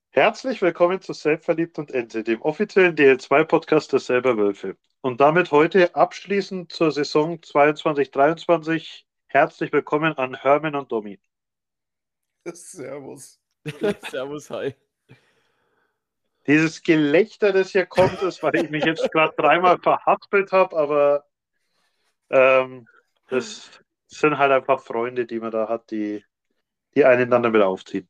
Herzlich willkommen zu Selbstverliebt und Ente, dem offiziellen DL2-Podcast der Selber Wölfe. Und damit heute abschließend zur Saison 22/23. Herzlich willkommen an Hermann und Domi. Servus. Servus, hi. Dieses Gelächter, das hier kommt, ist, weil ich mich jetzt gerade dreimal verhaspelt habe, aber das sind halt einfach Freunde, die man da hat, die einen dann damit aufziehen.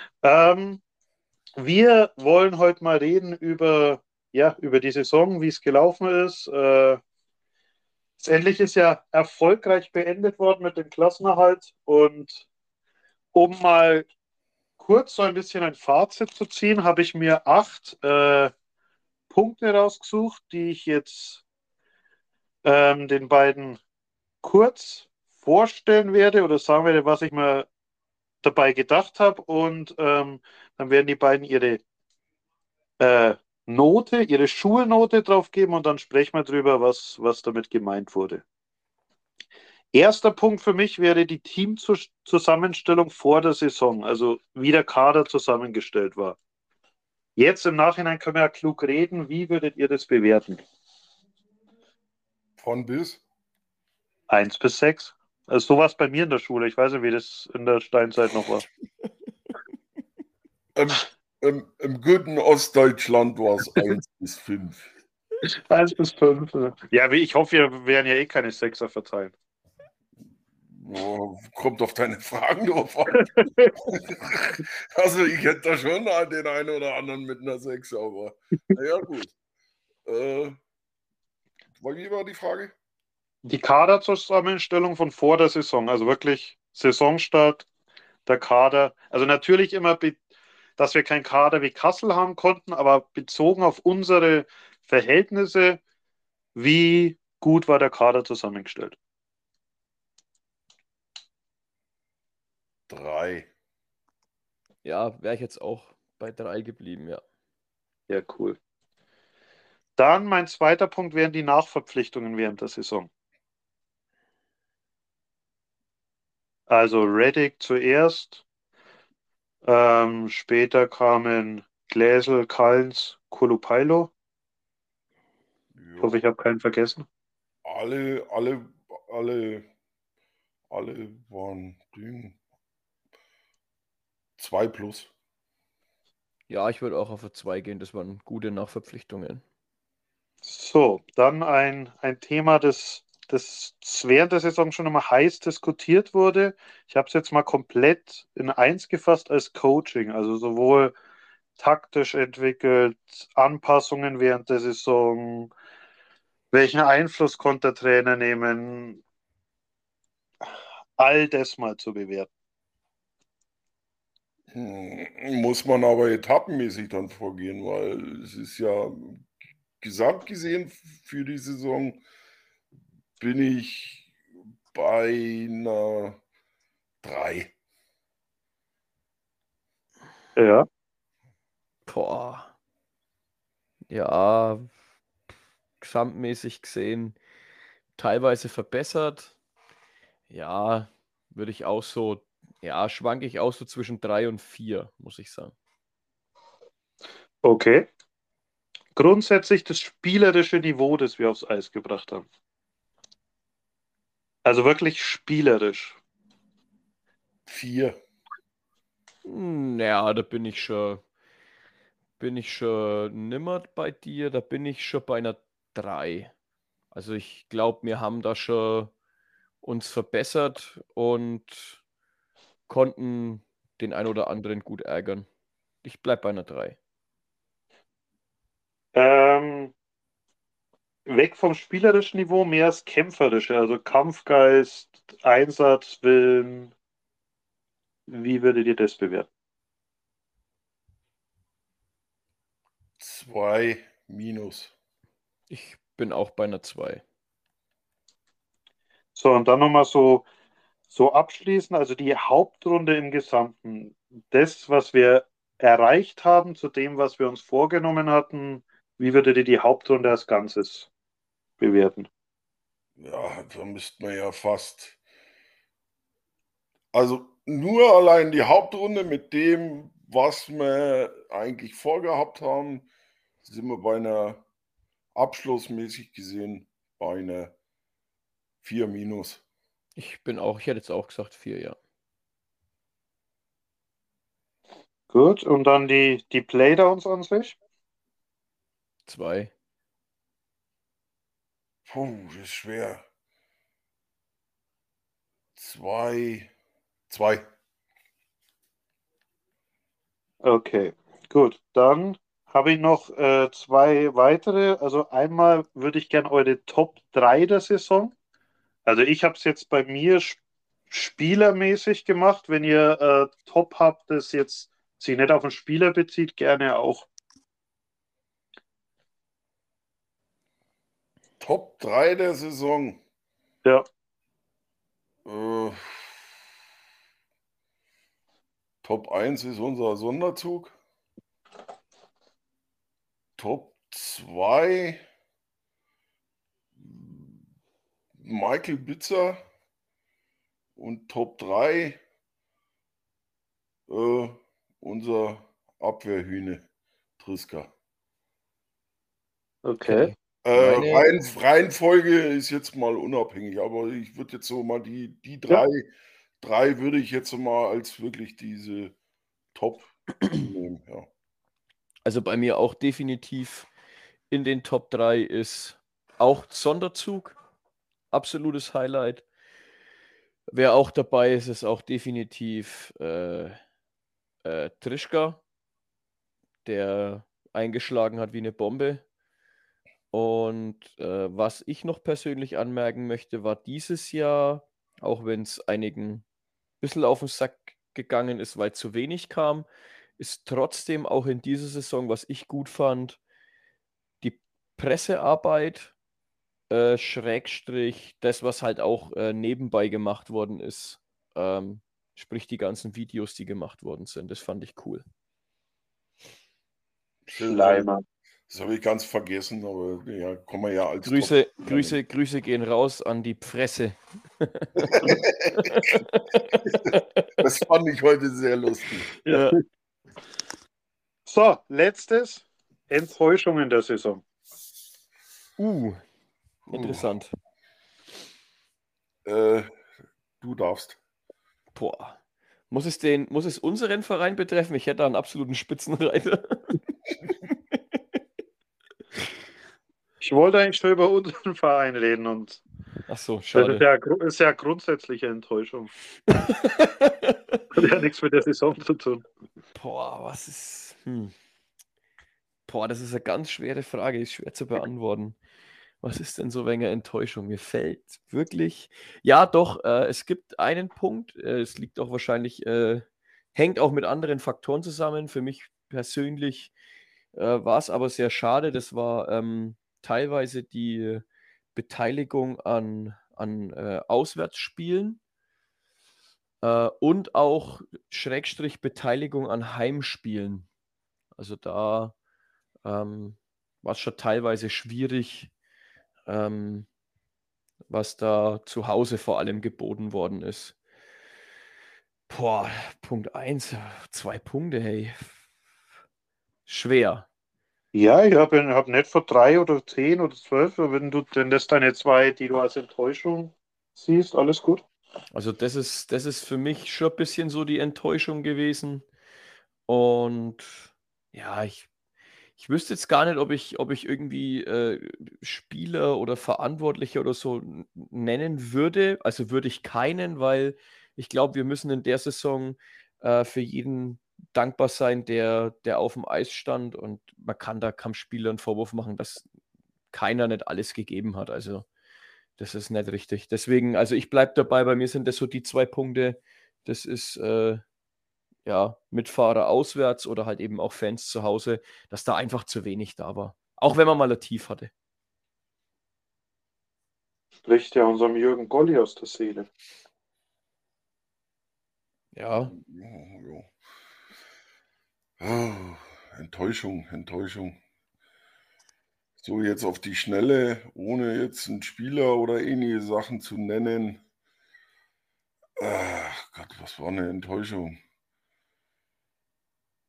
Wir wollen heute mal reden über die Saison, wie es gelaufen ist. Letztendlich ist ja erfolgreich beendet worden mit dem Klassenerhalt. Und um mal kurz so ein bisschen ein Fazit zu ziehen, habe ich mir 8 Punkte rausgesucht, die ich jetzt den beiden kurz vorstellen werde oder sagen werde, was ich mir dabei gedacht habe. Und dann werden die beiden ihre äh, ihre Schulnote drauf geben und dann sprechen wir drüber, was damit gemeint wurde. Erster Punkt für mich wäre die Teamzusammenstellung vor der Saison, also wie der Kader zusammengestellt war. Jetzt im Nachhinein können wir ja klug reden. Wie würdet ihr das bewerten? Von bis? 1 bis 6. Also sowas bei mir in der Schule. Ich weiß nicht, wie das in der Steinzeit noch war. Im guten Ostdeutschland war es 1 bis 5. 1 bis 5. Ja, ich hoffe, wir werden ja eh keine Sechser verteilen. Oh, kommt auf deine Fragen drauf an. Also ich hätte da schon den einen oder anderen mit einer 6, aber naja gut. Wie war die Frage? Die Kaderzusammenstellung von vor der Saison, also wirklich Saisonstart, der Kader. Also natürlich immer, dass wir keinen Kader wie Kassel haben konnten, aber bezogen auf unsere Verhältnisse, wie gut war der Kader zusammengestellt? 3. Ja, wäre ich jetzt auch bei 3 geblieben, ja. Ja, cool. Dann mein zweiter Punkt wären die Nachverpflichtungen während der Saison. Also Reddick zuerst, später kamen Gläsel, Kallens, Kolopailo. Ich hoffe, ich habe keinen vergessen. Alle waren 2 plus. Ja, ich würde auch auf eine 2 gehen. Das waren gute Nachverpflichtungen. So, dann ein Thema, das während der Saison schon immer heiß diskutiert wurde. Ich habe es jetzt mal komplett in eins gefasst als Coaching, also sowohl taktisch entwickelt, Anpassungen während der Saison, welchen Einfluss konnte der Trainer nehmen, all das mal zu bewerten. Muss man aber etappenmäßig dann vorgehen, weil es ist ja gesamt gesehen für die Saison bin ich bei einer 3. Ja. Boah. Ja, gesamtmäßig gesehen teilweise verbessert. Ja, würde ich auch so, ja, schwanke ich auch so zwischen 3 und 4, muss ich sagen. Okay. Grundsätzlich das spielerische Niveau, das wir aufs Eis gebracht haben. Also wirklich spielerisch. 4. Ja, da bin ich schon nimmer bei dir, da bin ich schon bei einer 3. Also ich glaube, wir haben da schon uns verbessert und konnten den ein oder anderen gut ärgern. Ich bleibe bei einer 3. Ähm, Weg vom spielerischen Niveau, mehr das kämpferische, also Kampfgeist, Einsatzwillen. Wie würdet ihr das bewerten? 2 minus. Ich bin auch bei einer 2. So, und dann nochmal so abschließen, also die Hauptrunde im Gesamten. Das, was wir erreicht haben, zu dem, was wir uns vorgenommen hatten, wie würdet ihr die Hauptrunde als Ganzes bewerten? Ja, da müsste man ja fast. Also nur allein die Hauptrunde mit dem, was wir eigentlich vorgehabt haben, sind wir bei einer abschlussmäßig gesehen bei einer 4 minus. Ich hätte jetzt auch gesagt 4, ja. Gut, und dann die Playdowns an sich? 2. Puh, das ist schwer. 2. 2. Okay, gut. Dann habe ich noch zwei weitere. Also einmal würde ich gerne eure Top 3 der Saison. Also ich habe es jetzt bei mir spielermäßig gemacht. Wenn ihr Top habt, das jetzt sich nicht auf den Spieler bezieht, gerne auch. Top 3 der Saison. Ja, Äh, Top 1 ist unser Sonderzug. Top 2 Michael Bitzer. Und Top 3 unser Abwehrhühne Triska. okay. Meine, Reihenfolge ist jetzt mal unabhängig, aber ich würde jetzt so mal die Ja, drei würde ich jetzt so mal als wirklich diese Top nehmen, ja. also bei mir auch definitiv in den Top 3 ist auch Sonderzug. Absolutes Highlight. Wer auch dabei ist, ist auch definitiv Trischka, der eingeschlagen hat wie eine Bombe. Und was ich noch persönlich anmerken möchte, war dieses Jahr, auch wenn es einigen ein bisschen auf den Sack gegangen ist, weil zu wenig kam, ist trotzdem auch in dieser Saison, was ich gut fand, die Pressearbeit, Schrägstrich, das, was halt auch nebenbei gemacht worden ist, sprich die ganzen Videos, die gemacht worden sind. Das fand ich cool. Schleimer. Das habe ich ganz vergessen, aber ja, kann man ja als Top Grüße gehen raus an die Presse. Das fand ich heute sehr lustig. Ja. So, letztes. Enttäuschungen der Saison. Interessant. Du darfst. Boah. Muss es unseren Verein betreffen? Ich hätte da einen absoluten Spitzenreiter. Ich wollte eigentlich nur über unseren Verein reden und Ach so, das schade. ist ja grundsätzliche Enttäuschung. Hat ja nichts mit der Saison zu tun. Boah, Boah, das ist eine ganz schwere Frage, ist schwer zu beantworten. Was ist denn so wenig Enttäuschung? Mir fällt wirklich ja doch, es gibt einen Punkt, es liegt auch wahrscheinlich hängt auch mit anderen Faktoren zusammen. Für mich persönlich, war es aber sehr schade. Das war, teilweise die Beteiligung an Auswärtsspielen, und auch Schrägstrich Beteiligung an Heimspielen. Also da war es schon teilweise schwierig, ähm, was da zu Hause vor allem geboten worden ist. Boah, Punkt 1, 2 Punkte, hey. Schwer. Ja, ich hab nicht vor 3 oder 10 oder 12, aber wenn das deine zwei, die du als Enttäuschung siehst, alles gut. Also das ist für mich schon ein bisschen so die Enttäuschung gewesen. Und ja, ich wüsste jetzt gar nicht, ob ich irgendwie Spieler oder Verantwortliche oder so nennen würde. Also würde ich keinen, weil ich glaube, wir müssen in der Saison für jeden dankbar sein, der auf dem Eis stand. Und man kann da keinem Spieler einen Vorwurf machen, dass keiner nicht alles gegeben hat. Also das ist nicht richtig. Deswegen, also ich bleibe dabei, bei mir sind das so die 2 Punkte. Das ist ja, Mitfahrer auswärts oder halt eben auch Fans zu Hause, dass da einfach zu wenig da war. Auch wenn man mal ein Tief hatte. Spricht ja unserem Jürgen Golli aus der Seele. Ja, Ja, ja. Enttäuschung. So jetzt auf die Schnelle, ohne jetzt einen Spieler oder ähnliche Sachen zu nennen. Ach Gott, was war eine Enttäuschung?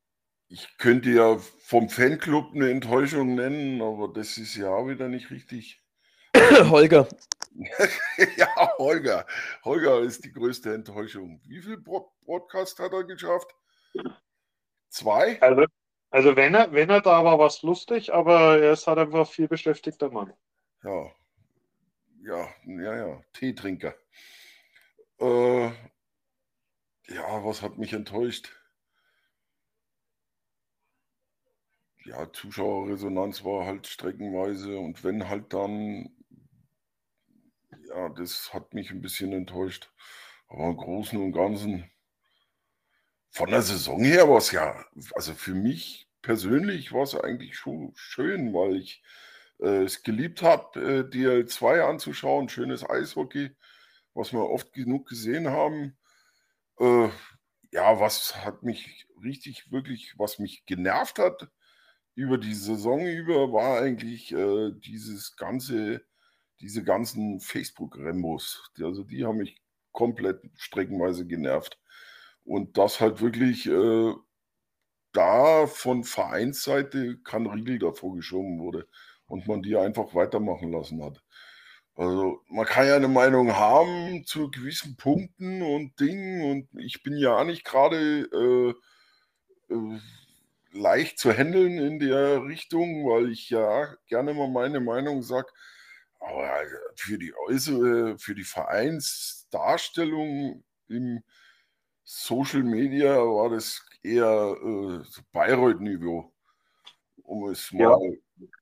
Ich könnte ja vom Fanclub eine Enttäuschung nennen, aber das ist ja auch wieder nicht richtig. Holger. Ja, Holger. Holger ist die größte Enttäuschung. Wie viel Podcast hat er geschafft? 2? Also wenn er da war, war es lustig, aber er ist halt einfach viel beschäftigter Mann. Ja. Ja. Teetrinker. Ja, was hat mich enttäuscht? Ja, Zuschauerresonanz war halt streckenweise und wenn halt dann, ja, das hat mich ein bisschen enttäuscht. Aber im Großen und Ganzen, von der Saison her war es ja, also für mich persönlich war es eigentlich schon schön, weil ich es geliebt habe, DL2 anzuschauen, schönes Eishockey, was wir oft genug gesehen haben. Äh, ja, was mich genervt hat über die Saison über, war eigentlich diese ganzen Facebook-Rembos. Also die haben mich komplett streckenweise genervt. Und das halt wirklich da von Vereinsseite kein Riegel davor geschoben wurde und man die einfach weitermachen lassen hat. Also man kann ja eine Meinung haben zu gewissen Punkten und Dingen und ich bin ja auch nicht gerade leicht zu handeln in der Richtung, weil ich ja gerne mal meine Meinung sage. Aber für die Vereinsdarstellung im Social Media war das eher so Bayreuth-Niveau, um es Ja. mal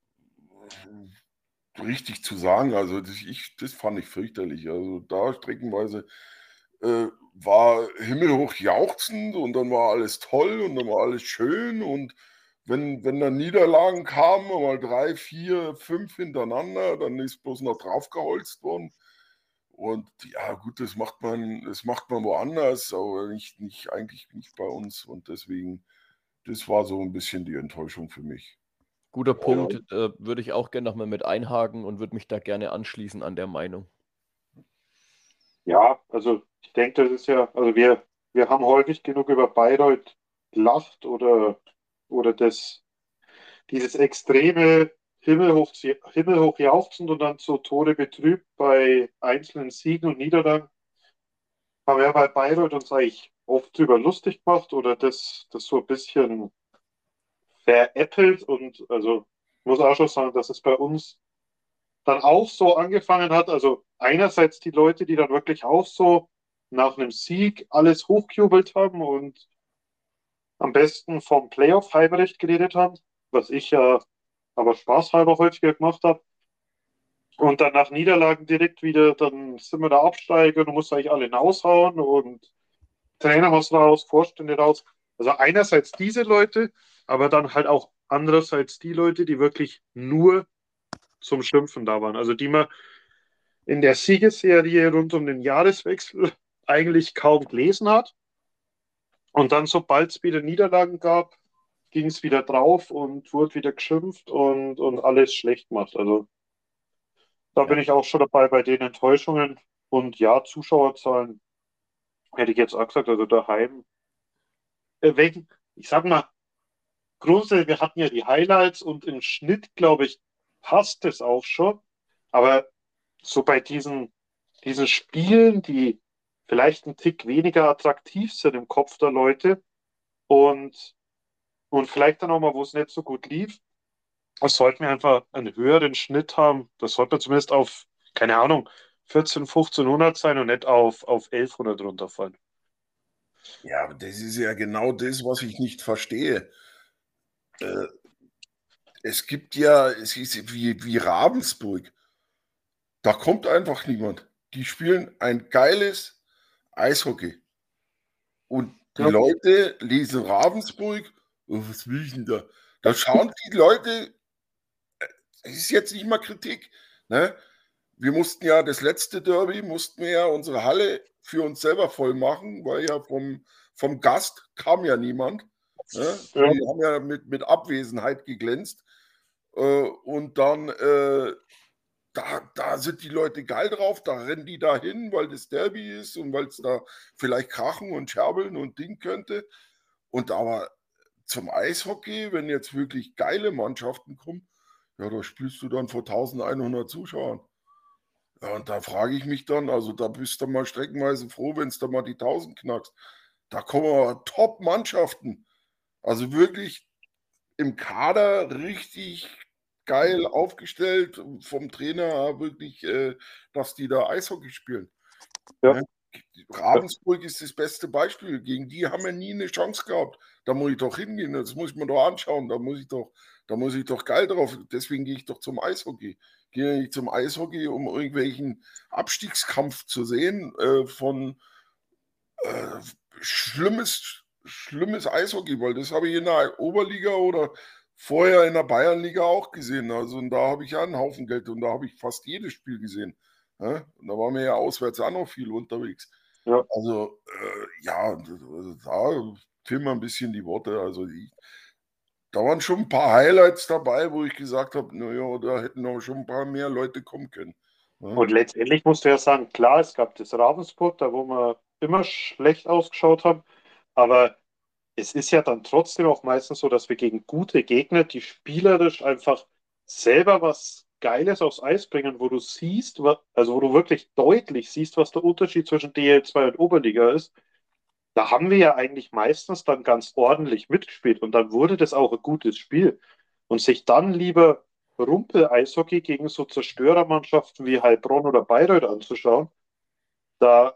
richtig zu sagen. Also das fand ich fürchterlich. Also da streckenweise war himmelhoch jauchzend und dann war alles toll und dann war alles schön und wenn dann Niederlagen kamen, mal 3, 4, 5 hintereinander, dann ist bloß noch draufgeholzt worden. Und ja, gut, das macht man woanders, aber eigentlich nicht bei uns. Und deswegen, das war so ein bisschen die Enttäuschung für mich. Guter Punkt. Würde ich auch gerne nochmal mit einhaken und würde mich da gerne anschließen an der Meinung. Ja, also ich denke, das ist ja, also wir haben häufig genug über Bayreuth gelacht oder dieses extreme himmelhoch jauchzend und dann so Tode betrübt bei einzelnen Siegen und Niederlagen. Haben wir bei Bayreuth uns eigentlich oft drüber lustig gemacht oder das so ein bisschen veräppelt und also ich muss auch schon sagen, dass es bei uns dann auch so angefangen hat. Also einerseits die Leute, die dann wirklich auch so nach einem Sieg alles hochgejubelt haben und am besten vom Playoff-Heimrecht geredet haben, was ich ja aber spaßhalber häufiger gemacht habe. Und dann nach Niederlagen direkt wieder, dann sind wir der Absteiger, du musst eigentlich alle hinaushauen und Trainer muss raus, Vorstände raus. Also einerseits diese Leute, aber dann halt auch andererseits die Leute, die wirklich nur zum Schimpfen da waren. Also die man in der Siegesserie rund um den Jahreswechsel eigentlich kaum gelesen hat. Und dann, sobald es wieder Niederlagen gab, ging es wieder drauf und wurde wieder geschimpft und alles schlecht gemacht. Also da Ja. bin ich auch schon dabei bei den Enttäuschungen. Und ja, Zuschauerzahlen hätte ich jetzt auch gesagt, also daheim. Ich sag mal, grundsätzlich, wir hatten ja die Highlights und im Schnitt, glaube ich, passt es auch schon. Aber so bei diesen Spielen, die vielleicht ein Tick weniger attraktiv sind im Kopf der Leute und, und vielleicht dann auch mal, wo es nicht so gut lief, das sollten wir einfach einen höheren Schnitt haben. Das sollte man zumindest auf, keine Ahnung, 14, 1500 sein und nicht auf 1100 runterfallen. Ja, aber das ist ja genau das, was ich nicht verstehe. Äh, es ist wie Ravensburg. Da kommt einfach niemand. Die spielen ein geiles Eishockey. Und die Ja, Leute lesen Ravensburg. Oh, was will ich denn da? Da schauen die Leute, es ist jetzt nicht mal Kritik. Ne? Wir mussten ja das letzte Derby, mussten wir ja unsere Halle für uns selber voll machen, weil ja vom Gast kam ja niemand. Ne? ja, Die haben ja mit Abwesenheit geglänzt. Und dann da sind die Leute geil drauf, da rennen die da hin, weil das Derby ist und weil es da vielleicht krachen und scherbeln und Ding könnte. Und aber zum Eishockey, wenn jetzt wirklich geile Mannschaften kommen, ja, da spielst du dann vor 1100 Zuschauern. Ja, und da frage ich mich dann, also da bist du mal streckenweise froh, wenn es da mal die 1000 knackst. Da kommen aber Top-Mannschaften. Also wirklich im Kader richtig geil aufgestellt, vom Trainer wirklich, dass die da Eishockey spielen. Ja. Ne? Ravensburg ist das beste Beispiel. Gegen die haben wir nie eine Chance gehabt. Da muss ich doch hingehen, das muss ich mir doch anschauen. Da muss ich doch geil drauf. Deswegen gehe ich doch zum Eishockey. Ich gehe ja nicht zum Eishockey, um irgendwelchen Abstiegskampf zu sehen von äh, schlimmes Eishockey, weil das habe ich in der Oberliga oder vorher in der Bayernliga auch gesehen. Also und da habe ich ja einen Haufen Geld und da habe ich fast jedes Spiel gesehen. Ja? Und da waren wir ja auswärts auch noch viel unterwegs. Ja. Also ja, da fehlen mir ein bisschen die Worte. Also da waren schon ein paar Highlights dabei, wo ich gesagt habe, naja, da hätten auch schon ein paar mehr Leute kommen können. Ja? Und letztendlich musst du ja sagen, klar, es gab das Ravensburg, da wo wir immer schlecht ausgeschaut haben, aber es ist ja dann trotzdem auch meistens so, dass wir gegen gute Gegner, die spielerisch einfach selber was Geiles aufs Eis bringen, wo du siehst, also wo du wirklich deutlich siehst, was der Unterschied zwischen DL2 und Oberliga ist. Da haben wir ja eigentlich meistens dann ganz ordentlich mitgespielt und dann wurde das auch ein gutes Spiel. Und sich dann lieber Rumpel-Eishockey gegen so Zerstörermannschaften wie Heilbronn oder Bayreuth anzuschauen, da,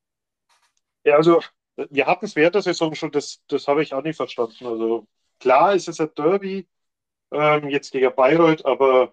ja, also wir hatten es während der Saison schon, das habe ich auch nicht verstanden. Also klar ist es ein Derby, jetzt gegen Bayreuth,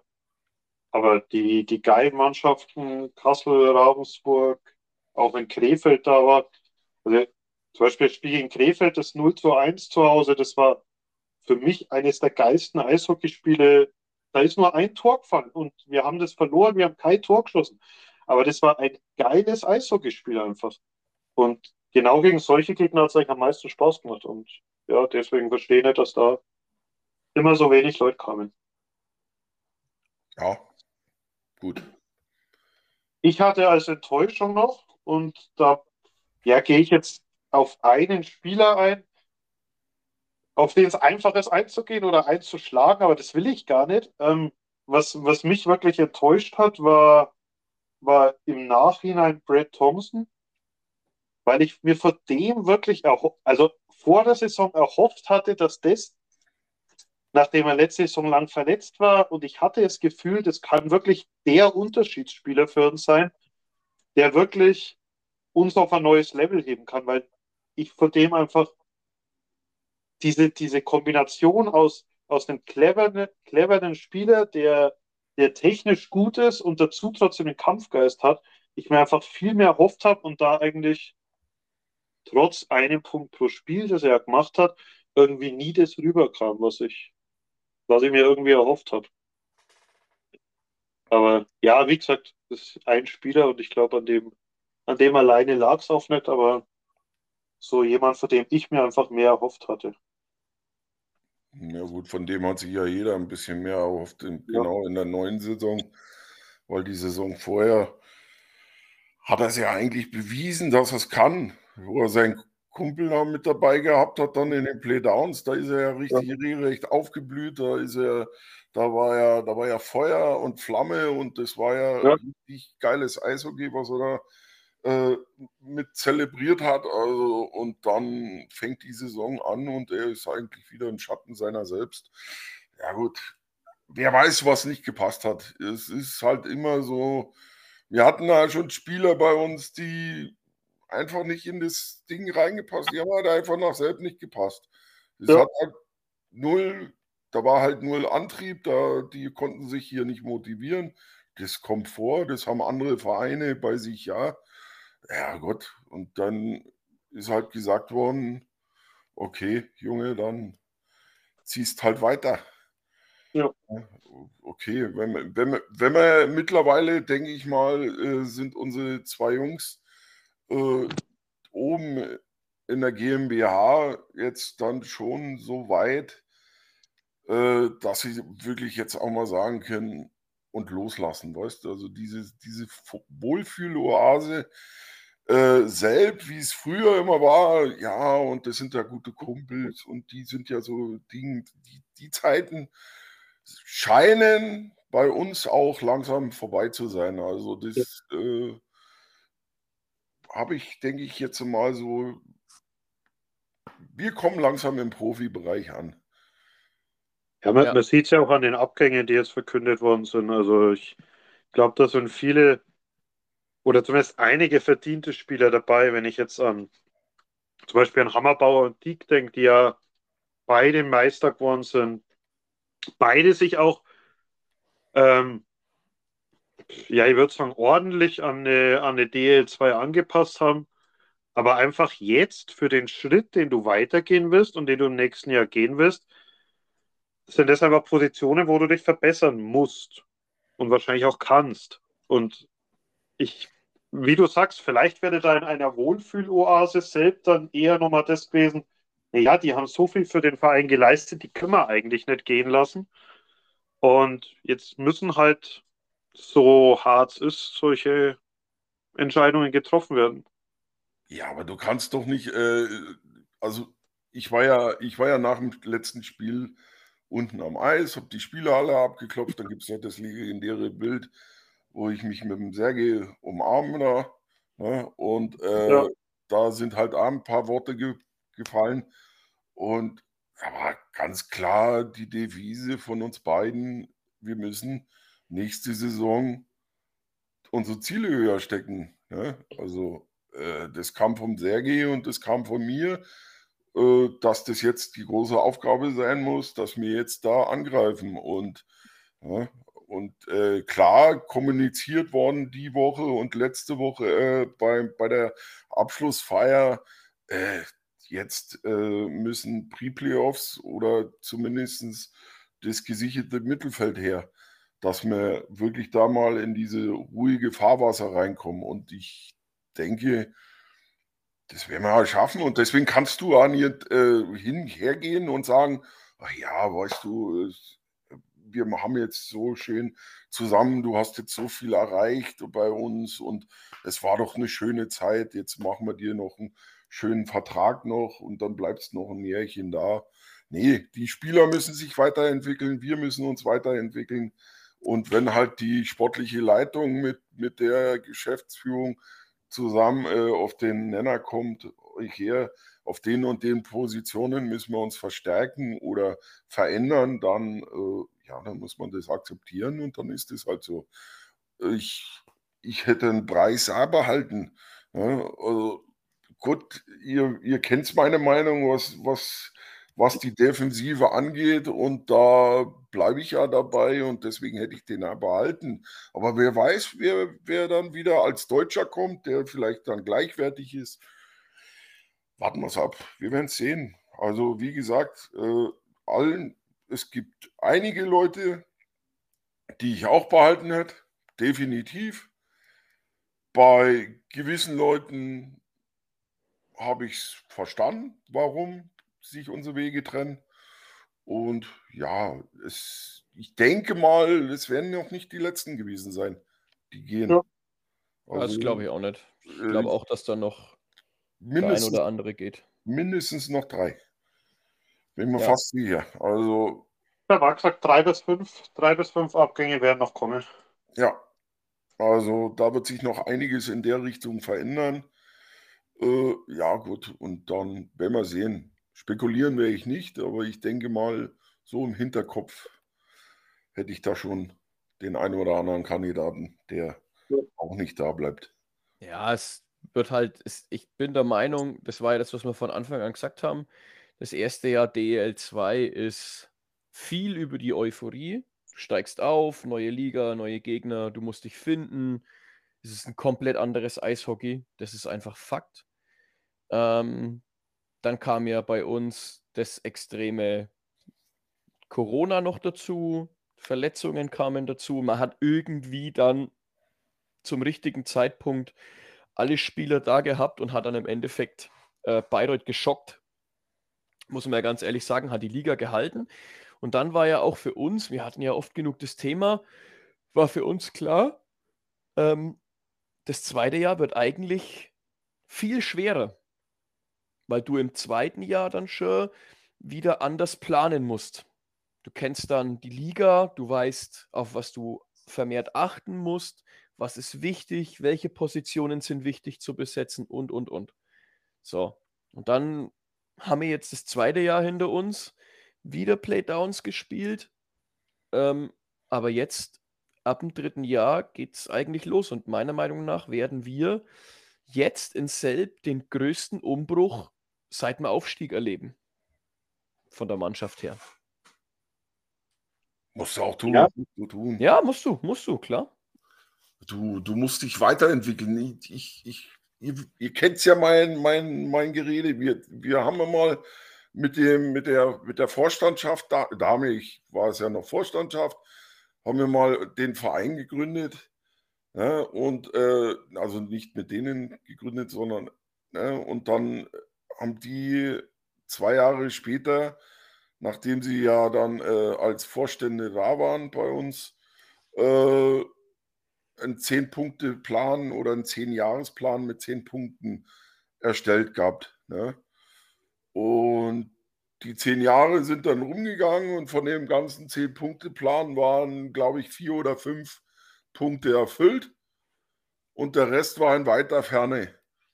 aber die geilen Mannschaften, Kassel, Ravensburg, auch wenn Krefeld da war, also zum Beispiel das Spiel gegen Krefeld, das 0:1 zu Hause, das war für mich eines der geilsten Eishockeyspiele. Da ist nur ein Tor gefallen und wir haben das verloren, wir haben kein Tor geschossen. Aber das war ein geiles Eishockeyspiel einfach. Und genau gegen solche Gegner hat es eigentlich am meisten Spaß gemacht. Und ja, deswegen verstehe ich nicht, dass da immer so wenig Leute kamen. Ja, gut. Ich hatte als Enttäuschung noch, und da ja, gehe ich jetzt auf einen Spieler ein, auf den es einfach ist einzugehen oder einzuschlagen, aber das will ich gar nicht. Was mich wirklich enttäuscht hat, war im Nachhinein Brad Thompson, weil ich mir vor dem wirklich, also vor der Saison erhofft hatte, dass das, nachdem er letzte Saison lang verletzt war, und ich hatte das Gefühl, das kann wirklich der Unterschiedsspieler für uns sein, der wirklich uns auf ein neues Level heben kann, weil ich vor dem einfach diese Kombination aus einem cleveren Spieler, der technisch gut ist und dazu trotzdem den Kampfgeist hat, ich mir einfach viel mehr erhofft habe und da eigentlich trotz einem Punkt pro Spiel, das er gemacht hat, irgendwie nie das rüberkam, was ich mir irgendwie erhofft habe. Aber ja, wie gesagt, das ist ein Spieler und ich glaube, an dem alleine lag es auch nicht, aber so jemand, von dem ich mir einfach mehr erhofft hatte. Ja gut, von dem hat sich ja jeder ein bisschen mehr erhofft, Ja, genau in der neuen Saison, weil die Saison vorher hat er es ja eigentlich bewiesen, dass er es kann, wo er seinen Kumpel da mit dabei gehabt hat, dann in den Playdowns, da ist er ja ja, richtig regelrecht aufgeblüht, da war ja Feuer und Flamme und das war ja ja, richtig geiles Eishockey, was er da mit zelebriert hat. Also, und dann fängt die Saison an und er ist eigentlich wieder ein Schatten seiner selbst. Ja gut, wer weiß, was nicht gepasst hat. Es ist halt immer so, wir hatten da schon Spieler bei uns, die einfach nicht in das Ding reingepasst. Die haben halt einfach nach selbst nicht gepasst. Es ja, hat halt null, da war halt null Antrieb, die konnten sich hier nicht motivieren. Das kommt vor, das haben andere Vereine bei sich, ja. Ja, Gott. Und dann ist halt gesagt worden, okay, Junge, dann ziehst halt weiter. ja, Ja, okay, wenn wir mittlerweile, denke ich mal, sind unsere zwei Jungs äh, oben in der GmbH jetzt dann schon so weit, dass sie wirklich jetzt auch mal sagen können und loslassen, weißt du? Also diese Wohlfühloase, selbst, wie es früher immer war, ja, und das sind ja gute Kumpels und die sind ja so die Zeiten scheinen bei uns auch langsam vorbei zu sein. Also, das, habe ich, denke ich jetzt mal so, wir kommen langsam im Profibereich an. Ja, man, Ja, man sieht es ja auch an den Abgängen, die jetzt verkündet worden sind. Also ich glaube, da sind viele oder zumindest einige verdiente Spieler dabei, wenn ich jetzt an zum Beispiel an Hammerbauer und Dieck denke, die ja beide Meister geworden sind, beide sich auch, ähm, ja, ich würde sagen, ordentlich an eine DL2 angepasst haben, aber einfach jetzt für den Schritt, den du weitergehen willst und den du im nächsten Jahr gehen willst, sind das einfach Positionen, wo du dich verbessern musst und wahrscheinlich auch kannst. Und ich, wie du sagst, vielleicht wäre da in einer Wohlfühloase selbst dann eher nochmal das gewesen, naja, die haben so viel für den Verein geleistet, die können wir eigentlich nicht gehen lassen. Und jetzt müssen halt, so hart es ist, solche Entscheidungen getroffen werden. Ja, aber du kannst doch nicht, also ich war ja nach dem letzten Spiel unten am Eis, habe die Spieler alle abgeklopft, dann gibt's noch das legendäre Bild, wo ich mich mit dem Sergej umarme da, ne? Und, Ja, da sind halt auch 'n paar Worte gefallen und da war ganz klar die Devise von uns beiden: Wir müssen nächste Saison unsere Ziele höher stecken, ne? Also, das kam vom Sergej und das kam von mir, dass das jetzt die große Aufgabe sein muss, dass wir jetzt da angreifen und ja, und, klar kommuniziert worden die Woche und letzte Woche, bei der Abschlussfeier, äh, jetzt, müssen Pre-Playoffs oder zumindestens das gesicherte Mittelfeld her, dass wir wirklich da mal in diese ruhige Fahrwasser reinkommen. Und ich denke, das werden wir auch schaffen und deswegen kannst du auch nicht, hergehen und sagen: „Ach ja, weißt du, wir haben jetzt so schön zusammen du hast jetzt so viel erreicht bei uns und es war doch eine schöne Zeit. Jetzt machen wir dir noch einen schönen Vertrag noch und dann bleibst noch ein Jährchen da.“ Ne, die Spieler müssen sich weiterentwickeln, wir müssen uns weiterentwickeln. Und wenn halt die sportliche Leitung mit der Geschäftsführung zusammen, auf den Nenner kommt, hier auf den und den Positionen müssen wir uns verstärken oder verändern, dann, ja, dann muss man das akzeptieren und dann ist es halt so. Ich ich hätte 'n Preis auch behalten, ne? Also, gut, ihr kennt meine Meinung, was die Defensive angeht und da bleibe ich ja dabei und deswegen hätte ich den auch behalten. Aber wer weiß, wer dann wieder als Deutscher kommt, der vielleicht dann gleichwertig ist. Warten wir's ab. Wir werden's sehen. Also, wie gesagt, allen es gibt einige Leute, die ich auch behalten hätte, definitiv. Bei gewissen Leuten habe ich's verstanden, warum sich unsere Wege trennen. Und ja, ich denke mal, es werden noch nicht die Letzten gewesen sein, die ja. gehen. das glaube Also, ich auch nicht. Ich äh, glaube auch, dass da noch der ein mindestens oder andere geht. mindestens noch 3. Bin mir Ja, fast sicher. Also, Der Marc sagt 3 bis 5 Abgänge werden noch kommen. ja, also, da wird sich noch einiges in der Richtung verändern. Ja gut, und dann werden wir sehen. Spekulieren werde ich nicht, aber ich denke mal, so im Hinterkopf hätte ich da schon den einen oder anderen Kandidaten, der auch nicht da bleibt. ja, es wird halt, ich bin der Meinung, das war ja das, was wir von Anfang an gesagt haben. Das erste Jahr DEL2 ist viel über die Euphorie. Du steigst auf, neue Liga, neue Gegner, du musst dich finden. Es ist ein komplett anderes Eishockey. Das ist einfach Fakt. Ähm, Dann kam ja bei uns das extreme Corona noch dazu, Verletzungen kamen dazu. Man hat irgendwie dann zum richtigen Zeitpunkt alle Spieler da gehabt und hat dann im Endeffekt, Bayreuth geschockt, muss man ja ganz ehrlich sagen, hat die Liga gehalten. Und dann war ja auch für uns, wir hatten ja oft genug das Thema, war für uns klar, ähm, das zweite Jahr wird eigentlich viel schwerer, weil du im zweiten Jahr dann schon wieder anders planen musst. Du kennst dann die Liga, du weißt, auf was du vermehrt achten musst, was ist wichtig, welche Positionen sind wichtig zu besetzen und. So, und dann haben wir jetzt das zweite Jahr hinter uns, wieder Playdowns gespielt, aber jetzt ab dem dritten Jahr geht es eigentlich los und meiner Meinung nach werden wir jetzt in Selb den größten Umbruch seit dem Aufstieg erleben, von der Mannschaft her. Musst du auch tun. Ja. Musst du tun. Ja, musst du, klar. Du musst dich weiterentwickeln. Ihr kennt ja mein Gerede. Wir haben ja mal mit der Vorstandschaft, ich war es ja noch Vorstandschaft, haben wir mal den Verein gegründet. Ne, und also nicht mit denen gegründet, sondern und dann haben die 2 Jahre später, nachdem sie ja dann als Vorstände da waren bei uns, äh, einen 10-Punkte-Plan oder einen 10-Jahres-Plan mit 10 Punkten erstellt gehabt. Ne? Und die 10 Jahre sind dann rumgegangen und von dem ganzen 10-Punkte-Plan waren, glaube ich, 4 oder 5 Punkte erfüllt und der Rest war in weiter Ferne.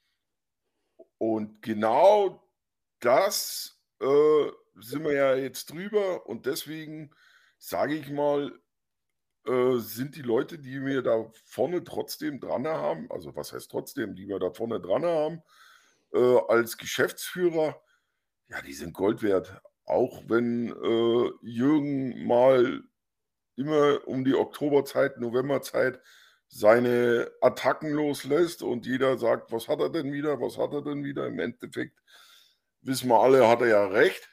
Und genau das sind wir ja jetzt drüber und deswegen sage ich mal, sind die Leute, die wir da vorne trotzdem dran haben, also was heißt trotzdem, die wir da vorne dran haben, als Geschäftsführer, ja, die sind Gold wert. Auch wenn Jürgen mal immer um die Oktoberzeit, Novemberzeit seine Attacken loslässt und jeder sagt, was hat er denn wieder, was hat er denn wieder? Im Endeffekt wissen wir alle, hat er ja recht,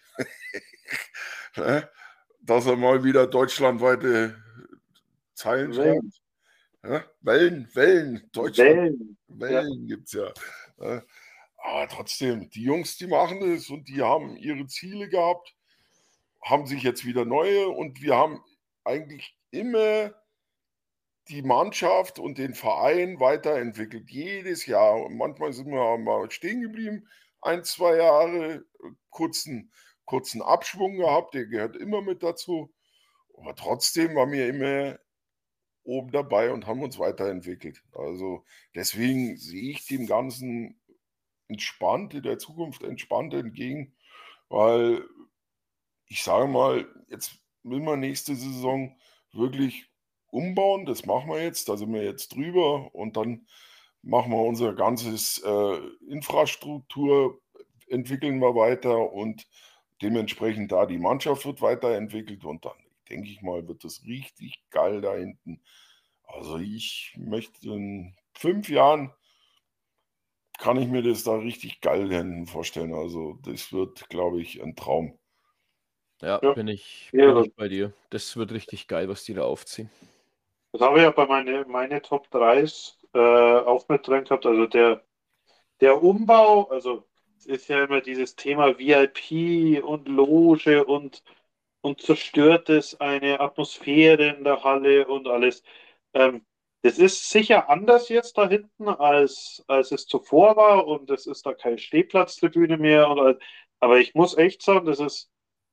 ne? Dass er mal wieder deutschlandweite Zeilen schreibt. Ja? Wellen, Deutschland, Wellen gibt es ja. Aber trotzdem, die Jungs, die machen es und die haben ihre Ziele gehabt, haben sich jetzt wieder neue und wir haben eigentlich immer die Mannschaft und den Verein weiterentwickelt, jedes Jahr. Und manchmal sind wir mal stehen geblieben, 1, 2 Jahre, kurzen Abschwung gehabt, der gehört immer mit dazu. Aber trotzdem waren wir immer oben dabei und haben uns weiterentwickelt. Also deswegen sehe ich dem Ganzen entspannt, in der Zukunft entspannt entgegen, weil ich sage mal, jetzt will man nächste Saison wirklich umbauen. Das machen wir jetzt, da sind wir jetzt drüber und dann machen wir unser ganzes Infrastruktur, entwickeln wir weiter und dementsprechend da die Mannschaft wird weiterentwickelt und dann, denke ich mal, wird das richtig geil da hinten. Also ich möchte in 5 Jahren kann ich mir das da richtig geil da hinten vorstellen. Also das wird, glaube ich, ein Traum. Ja, Ja. bin ich Ja. bei dir. Das wird richtig geil, was die da aufziehen. Das habe ich ja bei meine Top 3s auch mit drin gehabt. Also der Umbau, also es ist ja immer dieses Thema VIP und Loge und zerstört es eine Atmosphäre in der Halle und alles. Das ist sicher anders jetzt da hinten, als es zuvor war und es ist da keine Stehplatztribüne mehr. Aber ich muss echt sagen, das ist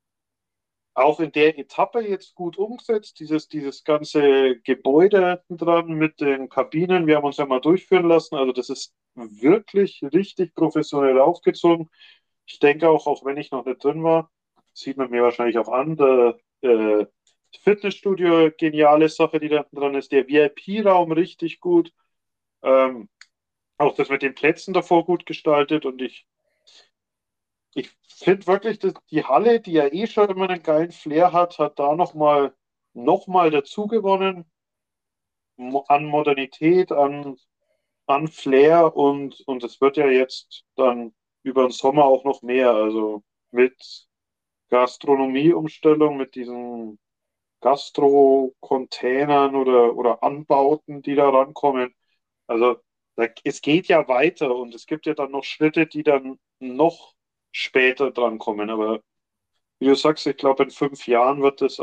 auch in der Etappe jetzt gut umgesetzt, dieses ganze Gebäude hinten dran mit den Kabinen. Wir haben uns ja mal durchführen lassen. Also das ist wirklich richtig professionell aufgezogen. Ich denke auch wenn ich noch nicht drin war, sieht man mir wahrscheinlich auch an, der Fitnessstudio, geniale Sache, die da hinten dran ist. Der VIP-Raum richtig gut. Auch das mit den Plätzen davor gut gestaltet und ich finde wirklich, dass die Halle, die ja eh schon immer einen geilen Flair hat da noch mal dazu gewonnen an Modernität, an Flair und es wird ja jetzt dann über den Sommer auch noch mehr, also mit Gastronomieumstellung, mit diesen Gastro-Containern oder Anbauten, die da rankommen. Also es geht ja weiter und es gibt ja dann noch Schritte, die dann noch später drankommen. Aber wie du sagst, ich glaube, in 5 Jahren wird es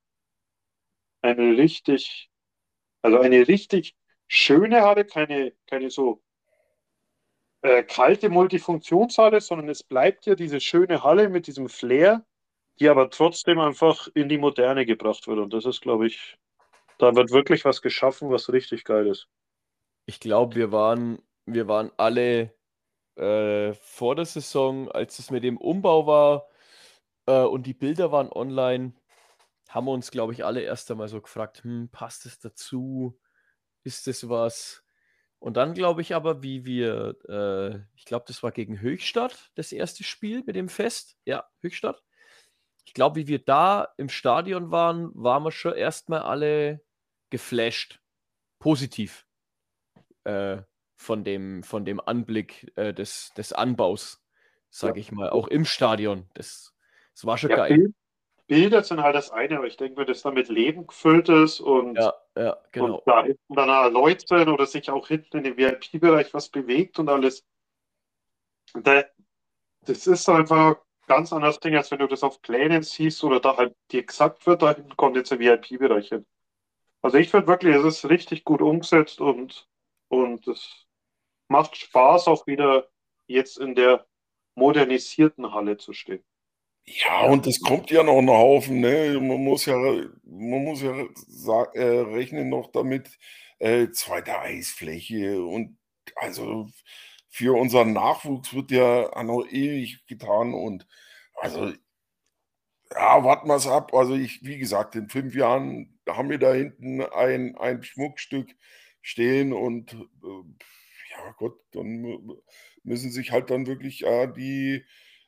eine richtig schöne Halle, keine so kalte Multifunktionshalle, sondern es bleibt ja diese schöne Halle mit diesem Flair, die aber trotzdem einfach in die Moderne gebracht wird. Und das ist, glaube ich, da wird wirklich was geschaffen, was richtig geil ist. Ich glaube, wir waren alle vor der Saison, als es mit dem Umbau war und die Bilder waren online, haben wir uns, glaube ich, alle erst einmal so gefragt, passt es dazu? Ist das was? Und dann glaube ich aber, ich glaube, das war gegen Höchstadt, das erste Spiel mit dem Fest. Ja, Höchstadt. Ich glaube, wie wir da im Stadion waren wir schon erstmal alle geflasht. Positiv äh, von dem Anblick des Anbaus, Ja, sage ich mal, auch im Stadion. Das war schon ja geil. Bilder sind halt das eine, aber ich denke, wenn das dann mit Leben gefüllt ist Ja, ja, und genau. da hinten dann auch Leute sind oder sich auch hinten in dem VIP-Bereich was bewegt und alles, da, das ist einfach ein ganz anderes Ding, als wenn du das auf Plänen siehst oder da halt dir gesagt wird, da hinten kommt jetzt ein VIP-Bereich hin. Also ich finde wirklich, es ist richtig gut umgesetzt und es macht Spaß, auch wieder jetzt in der modernisierten Halle zu stehen. Ja, und es kommt ja noch ein Haufen, ne? Man muss ja rechnen noch damit, zweite Eisfläche und also für unseren Nachwuchs wird ja auch noch ewig getan und also ja, warten wir's ab. Also wie gesagt, in 5 Jahren haben wir da hinten ein Schmuckstück stehen und ja Gott, dann müssen sich halt dann wirklich die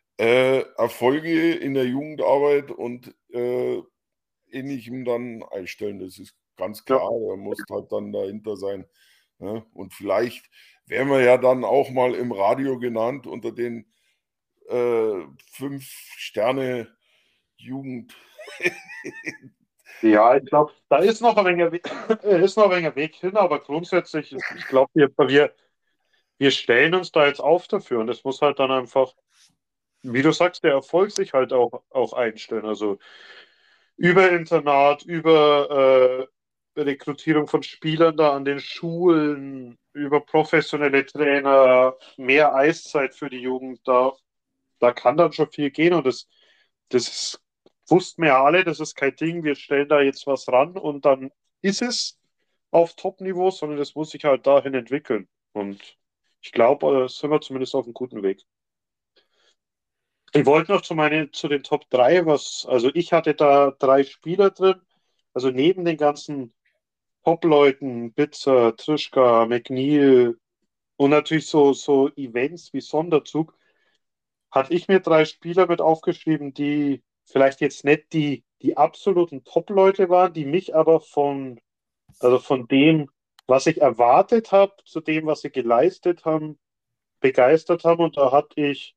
Erfolge in der Jugendarbeit und Ähnlichem dann einstellen. Das ist ganz Ja, klar. Da muss halt dann dahinter sein. Ne? Und vielleicht werden wir ja dann auch mal im Radio genannt unter den 5 Sterne Jugend. ja, ich glaube, da ist noch ein wenig, ist noch ein wenig Weg hin, aber grundsätzlich, ich glaube, wir stellen uns da jetzt auf dafür und es muss halt dann einfach, wie du sagst, der Erfolg sich halt auch einstellen. Also über Internat, über Rekrutierung von Spielern da an den Schulen, über professionelle Trainer, mehr Eiszeit für die Jugend, da kann dann schon viel gehen und das ist, wussten wir ja alle, das ist kein Ding, wir stellen da jetzt was ran und dann ist es auf Top-Niveau, sondern das muss sich halt dahin entwickeln. Und ich glaube, da sind wir zumindest auf einem guten Weg. Ich wollte noch zu den Top 3 also ich hatte da 3 Spieler drin, also neben den ganzen Top-Leuten, Bitzer, Trischka, McNeil und natürlich so Events wie Sonderzug, hatte ich mir 3 Spieler mit aufgeschrieben, die vielleicht jetzt nicht die absoluten Top-Leute waren, die mich aber also von dem, was ich erwartet habe, zu dem, was sie geleistet haben, begeistert haben. Und da hatte ich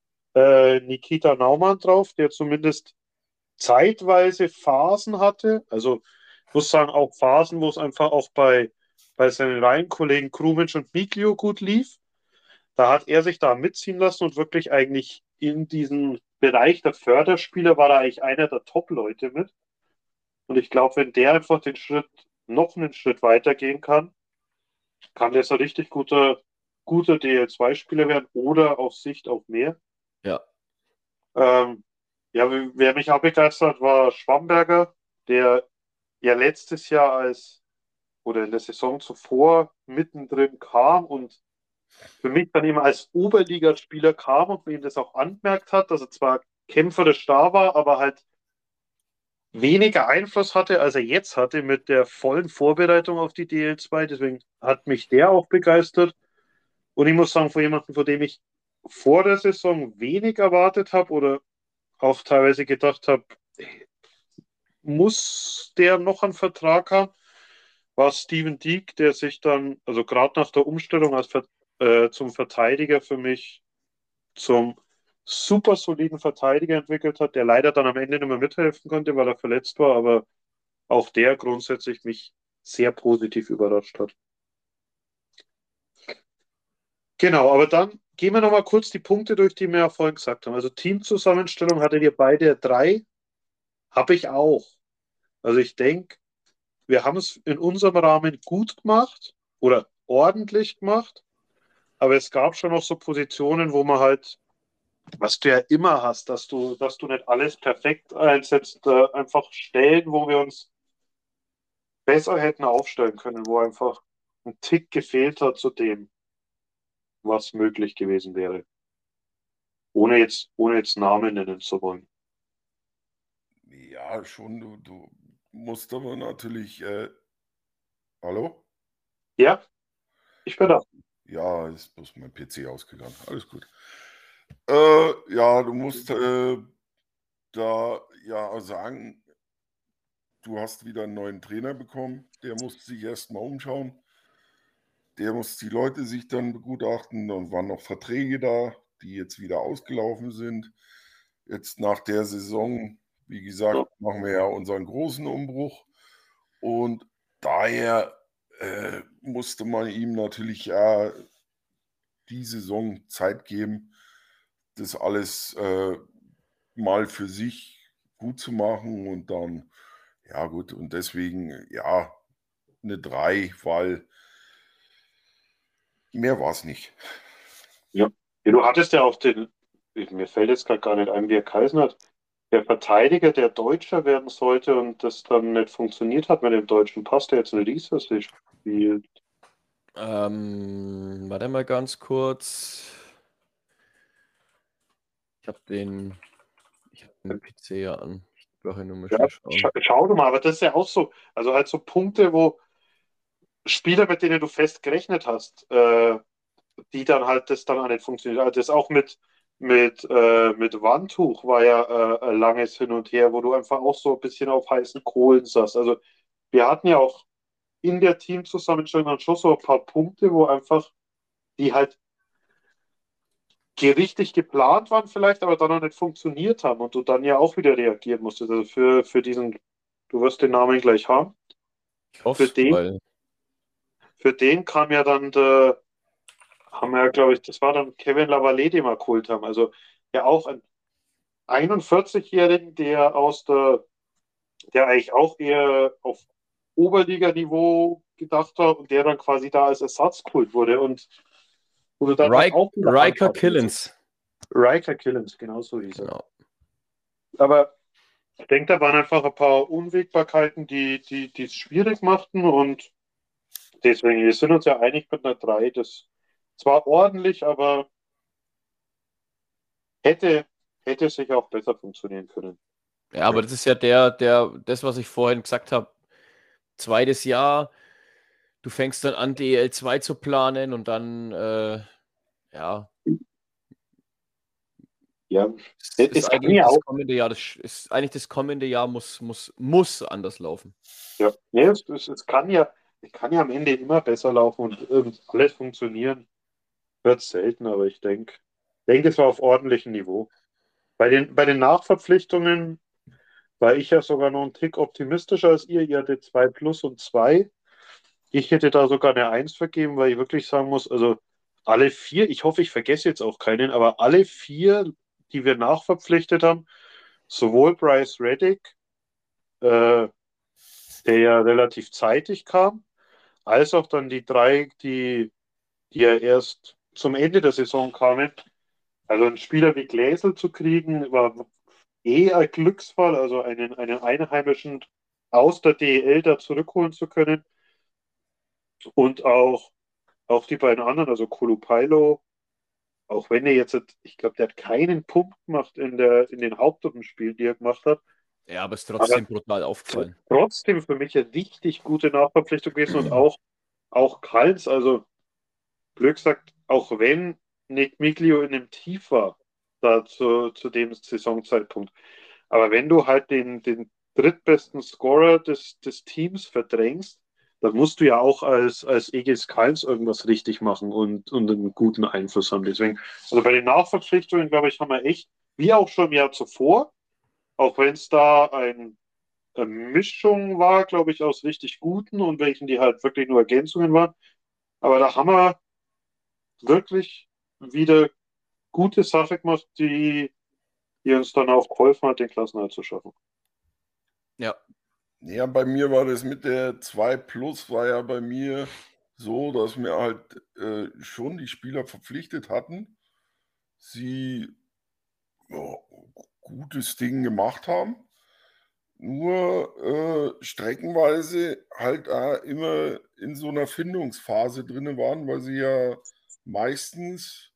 Nikita Naumann drauf, der zumindest zeitweise Phasen hatte. Also ich muss sagen, auch Phasen, wo es einfach auch bei seinen Reihenkollegen Krunic und Miglio gut lief. Da hat er sich da mitziehen lassen und wirklich eigentlich in diesem Bereich der Förderspieler war er eigentlich einer der Top-Leute mit. Und ich glaube, wenn der einfach noch einen Schritt weitergehen kann der so richtig guter DL2-Spieler werden oder auf Sicht auf mehr. Ja, Ähm, ja, wer mich auch begeistert, war Schwamberger, der ja letztes Jahr oder in der Saison zuvor mittendrin kam und für mich dann immer als Oberligaspieler kam und mir ihm das auch angemerkt hat, dass er zwar kämpferisch da war, aber halt weniger Einfluss hatte, als er jetzt hatte mit der vollen Vorbereitung auf die DL2. Deswegen hat mich der auch begeistert. Und ich muss sagen, von jemandem, von dem ich vor der Saison wenig erwartet habe oder auch teilweise gedacht habe, muss der noch einen Vertrag haben, war Steven Deek, der sich dann, also gerade nach der Umstellung zum Verteidiger für mich zum super soliden Verteidiger entwickelt hat, der leider dann am Ende nicht mehr mithelfen konnte, weil er verletzt war, aber auch der grundsätzlich mich sehr positiv überrascht hat. Genau, aber dann gehen wir nochmal kurz die Punkte durch, die wir ja vorhin gesagt haben. Also Teamzusammenstellung hattet ihr beide 3, habe ich auch. Also ich denke, wir haben es in unserem Rahmen gut gemacht oder ordentlich gemacht. Aber es gab schon noch so Positionen, wo man halt, was du ja immer hast, dass du nicht alles perfekt einsetzt, einfach Stellen, wo wir uns besser hätten aufstellen können, wo einfach ein Tick gefehlt hat zu dem, was möglich gewesen wäre. Ohne jetzt Namen nennen zu wollen. Ja, schon, du musst aber natürlich, hallo? Ja, ich bin da. Ja, ist bloß mein PC ausgegangen. Alles gut. Ja, du musst da ja sagen, du hast wieder einen neuen Trainer bekommen. Der muss sich erstmal umschauen. Der muss die Leute sich dann begutachten. Dann waren noch Verträge da, die jetzt wieder ausgelaufen sind. Jetzt nach der Saison, wie gesagt, machen wir ja unseren großen Umbruch. Und daher musste man ihm natürlich ja die Saison Zeit geben, das alles mal für sich gut zu machen. Und dann, ja gut, und deswegen, ja, eine 3, weil mehr war es nicht. Ja. Ja, du hattest ja auch mir fällt jetzt gerade gar nicht ein, wie er geheißen hat, der Verteidiger, der Deutscher werden sollte und das dann nicht funktioniert hat mit dem deutschen Pass, der jetzt in Riesa spielt. Warte mal ganz kurz. Ich habe den PC ja an. Ich brauche nur mal Ja, schnell schauen. schau du mal, aber das ist ja auch so, also halt so Punkte, wo Spieler, mit denen du fest gerechnet hast, die dann halt das dann auch nicht funktioniert. Also das auch mit Wandtuch war ja ein langes Hin und Her, wo du einfach auch so ein bisschen auf heißen Kohlen saßt. Also wir hatten ja auch in der Teamzusammenstellung dann schon so ein paar Punkte, wo einfach die halt richtig geplant waren vielleicht, aber dann noch nicht funktioniert haben und du dann ja auch wieder reagieren musstest. Also für diesen, du wirst den Namen gleich haben, Ich für hoffe, den, weil für den kam ja dann der, haben wir ja, glaube ich, das war dann Kevin Lavallee, den wir geholt haben. Also ja auch ein 41-Jährigen, der eigentlich auch eher auf Oberliganiveau gedacht hat und der dann quasi da als Ersatz geholt wurde und wo du dann halt auch wieder Riker anpassen musst. Killens. Riker Killens, genau so hieß er. Genau. Aber ich denke, da waren einfach ein paar Unwägbarkeiten, die es schwierig machten und deswegen, wir sind uns ja einig mit einer 3. Das zwar ordentlich, aber hätte, hätte sich auch besser funktionieren können. Ja, aber das ist ja das, was ich vorhin gesagt habe. Zweites Jahr, du fängst dann an, DEL2 zu planen und dann, ja, Ja, es ist es kann eigentlich ja das auch. kommende Jahr, das kommende Jahr muss anders laufen. Ja, nee, es kann ja am Ende immer besser laufen und alles funktionieren. Wird selten, aber denke, es war auf ordentlichem Niveau. Bei den Nachverpflichtungen war ich ja sogar noch einen Tick optimistischer als ihr. Ihr hattet 2 plus und 2. Ich hätte da sogar eine 1 vergeben, weil ich wirklich sagen muss, also alle 4, ich hoffe, ich vergesse jetzt auch keinen, aber alle 4, die wir nachverpflichtet haben, sowohl Bryce Reddick, der ja relativ zeitig kam, als auch dann die 3, die ja erst zum Ende der Saison kamen. Also einen Spieler wie Gläsel zu kriegen, war eh ein Glücksfall, also einen Einheimischen aus der DEL da zurückholen zu können. Und auch die beiden anderen, also Kolupailo, auch wenn er jetzt, ich glaube, der hat keinen Punkt gemacht in den Hauptrundenspielen, die er gemacht hat. Ja, aber es ist Aber trotzdem brutal aufgefallen. trotzdem für mich eine richtig gute Nachverpflichtung gewesen und auch Kals, also Glück sagt, auch wenn Nick Miglio in einem Tief war, da zu dem Saisonzeitpunkt. Aber wenn du halt den drittbesten Scorer des Teams verdrängst, dann musst du ja auch als Egis Kals irgendwas richtig machen und einen guten Einfluss haben. Deswegen, also bei den Nachverpflichtungen, glaube ich, haben wir echt, wie auch schon im Jahr zuvor, auch wenn es da eine Mischung war, glaube ich, aus richtig guten und welchen, die halt wirklich nur Ergänzungen waren. Aber da haben wir wirklich wieder gute Sache gemacht, die uns dann auch geholfen hat, den Klassenerhalt zu schaffen. Ja. Ja, bei mir war das mit der 2 plus, war ja bei mir so, dass wir halt schon die Spieler verpflichtet hatten, sie ja, gutes Ding gemacht haben, nur streckenweise halt immer in so einer Findungsphase drin waren, weil sie ja meistens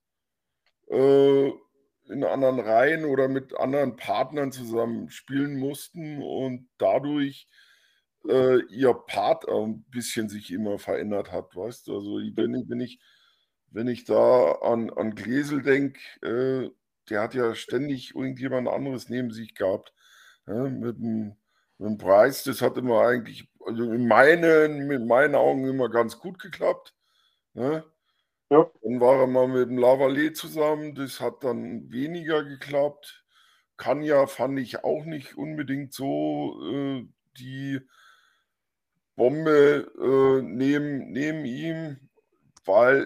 in anderen Reihen oder mit anderen Partnern zusammen spielen mussten und dadurch ihr Part auch 'n bisschen sich immer verändert hat, weißt du? Also, wenn ich da an Gläsel denke, der hat ja ständig irgendjemand anderes neben sich gehabt, ne? Mit dem Preis, das hat immer eigentlich, also in meinen Augen immer ganz gut geklappt, ne? Ja. Dann war er mal mit dem Lavallée zusammen, das hat dann weniger geklappt. Kanja fand ich auch nicht unbedingt so die Bombe neben ihm, weil